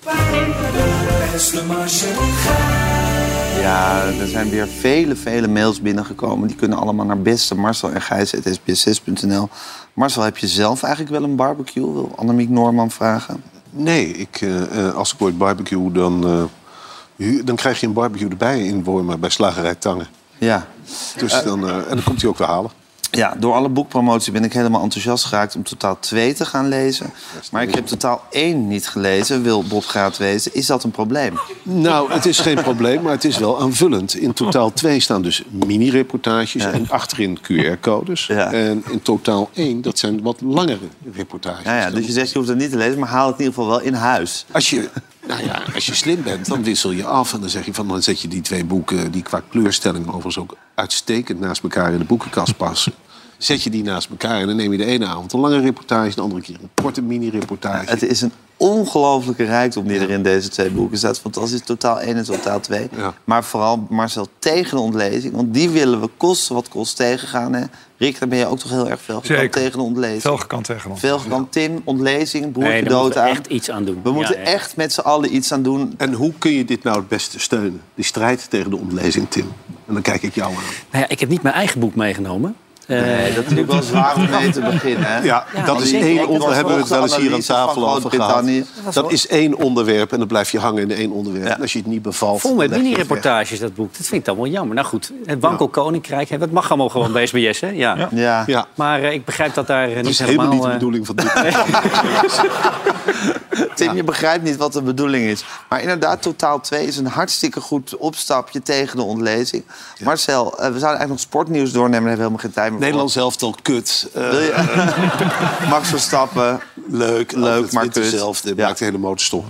Ja, er zijn weer vele mails binnengekomen. Die kunnen allemaal naar bestemarcel@sbs6.nl. Marcel, heb je zelf eigenlijk wel een barbecue? Wil Annemiek Noorman vragen? Nee, als ik ooit barbecue, dan krijg je een barbecue erbij in Wormer bij Slagerij Tangen. Ja. Dus en dan komt hij ook weer halen. Ja, door alle boekpromotie ben ik helemaal enthousiast geraakt om totaal 2 te gaan lezen. Maar ik heb totaal 1 niet gelezen, wil Bob Graat weten. Is dat een probleem? Nou, het is geen probleem, maar het is wel aanvullend. In totaal 2 staan dus mini-reportages en achterin QR-codes. Ja. En in totaal 1, dat zijn wat langere reportages. Ja, dus je zegt je hoeft het niet te lezen, maar haal het in ieder geval wel in huis. Als je slim bent, dan wissel je af. En dan zeg je dan zet je die 2 boeken, die qua kleurstelling overigens ook uitstekend naast elkaar in de boekenkast passen. Zet je die naast elkaar en dan neem je de ene avond een lange reportage, de andere keer een korte mini-reportage. Ja, het is een ongelooflijke rijkdom die er in deze 2 boeken staat. Fantastisch, totaal 1 en totaal 2. Ja. Maar vooral, Marcel, tegen de ontlezing. Want die willen we koste wat kost tegengaan. Hè? Rick, daar ben je ook toch heel erg veel gekant tegen de ontlezing. Veel gekant tegen ons. Veel gekant. Tim, ontlezing, broertje Nee, daar dood moeten we aan. echt iets aan doen. We moeten echt met z'n allen iets aan doen. En hoe kun je dit nou het beste steunen? Die strijd tegen de ontlezing, Tim. En dan kijk ik jou aan. Nou ja, ik heb niet mijn eigen boek meegenomen. Nee, dat is natuurlijk wel zwaar om mee te beginnen. Hè? Ja, dat is één onderwerp. Hebben we het wel eens hier aan tafel over gehad. Dat is één onderwerp en dan blijf je hangen in één onderwerp. En als je het niet bevalt... Vol met mini-reportages, dat boek. Dat vind ik dan wel jammer. Nou goed, het Wankel Koninkrijk, dat mag allemaal gewoon bij SBS, hè? Ja. Maar ik begrijp dat daar niet is helemaal... helemaal niet de bedoeling van dit. Tim, je begrijpt niet wat de bedoeling is. Maar inderdaad, Totaal 2 is een hartstikke goed opstapje tegen de ontlezing. Ja. Marcel, we zouden eigenlijk nog sportnieuws doornemen. Daar hebben we helemaal geen tijd meer voor. Nederlands elftal, kut. Max Verstappen. Leuk, maar kut. Hetzelfde. Maakt de hele motorstop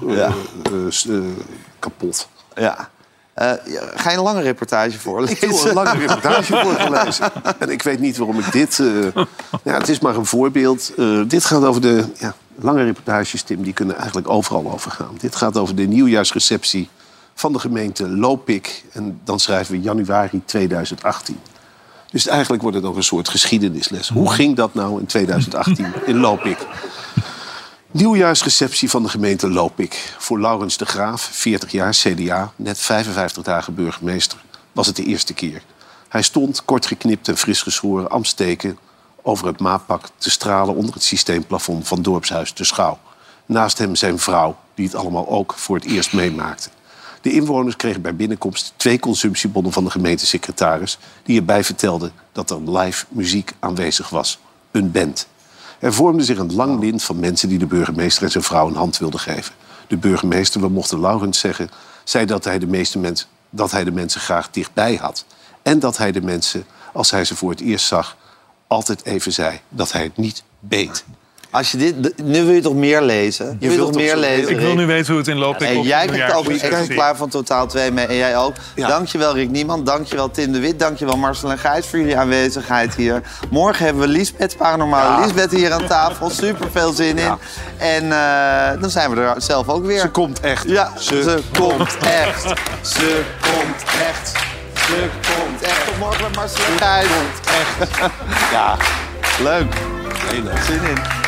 kapot. Ja. Ga je een lange reportage voorlezen? Ik wil een lange reportage voorlezen. En ik weet niet waarom ik dit... het is maar een voorbeeld. Dit gaat over de... lange reportages, Tim, die kunnen eigenlijk overal over gaan. Dit gaat over de nieuwjaarsreceptie van de gemeente Lopik. En dan schrijven we januari 2018. Dus eigenlijk wordt het ook een soort geschiedenisles. Hoe ging dat nou in 2018 in Lopik? Nieuwjaarsreceptie van de gemeente Lopik. Voor Laurens de Graaf, 40 jaar, CDA, net 55 dagen burgemeester, was het de eerste keer. Hij stond, kort geknipt en fris geschoren, Amsteken over het Maapak te stralen onder het systeemplafond van dorpshuis De Schouw. Naast hem zijn vrouw, die het allemaal ook voor het eerst meemaakte. De inwoners kregen bij binnenkomst 2 consumptiebonnen van de gemeentesecretaris, die erbij vertelde dat er live muziek aanwezig was. Een band. Er vormde zich een lang lint van mensen die de burgemeester en zijn vrouw een hand wilden geven. De burgemeester, we mochten Laurens zeggen, zei dat hij de mensen graag dichtbij had. En dat hij de mensen, als hij ze voor het eerst zag, altijd even zei dat hij het niet beet. Als je dit, nu wil je toch meer lezen? Je wilt toch meer lezen, Ik wil nu weten hoe het in Lopik En jij krijgt ook een exemplaar van Totaal 2 mee. En jij ook. Ja. Dankjewel Rick Niemann. Dankjewel Tim de Wit. Dankjewel Marcel en Gijs voor jullie aanwezigheid hier. Morgen hebben we Liesbeth, paranormale Liesbeth hier aan tafel. Super veel zin in. En dan zijn we er zelf ook weer. Ze komt echt. Ja, ze komt echt. Ze komt echt. Ze komt echt. Tot morgen met Marcel en Gijs. Echt. Ja, leuk. Heel leuk. Zin in.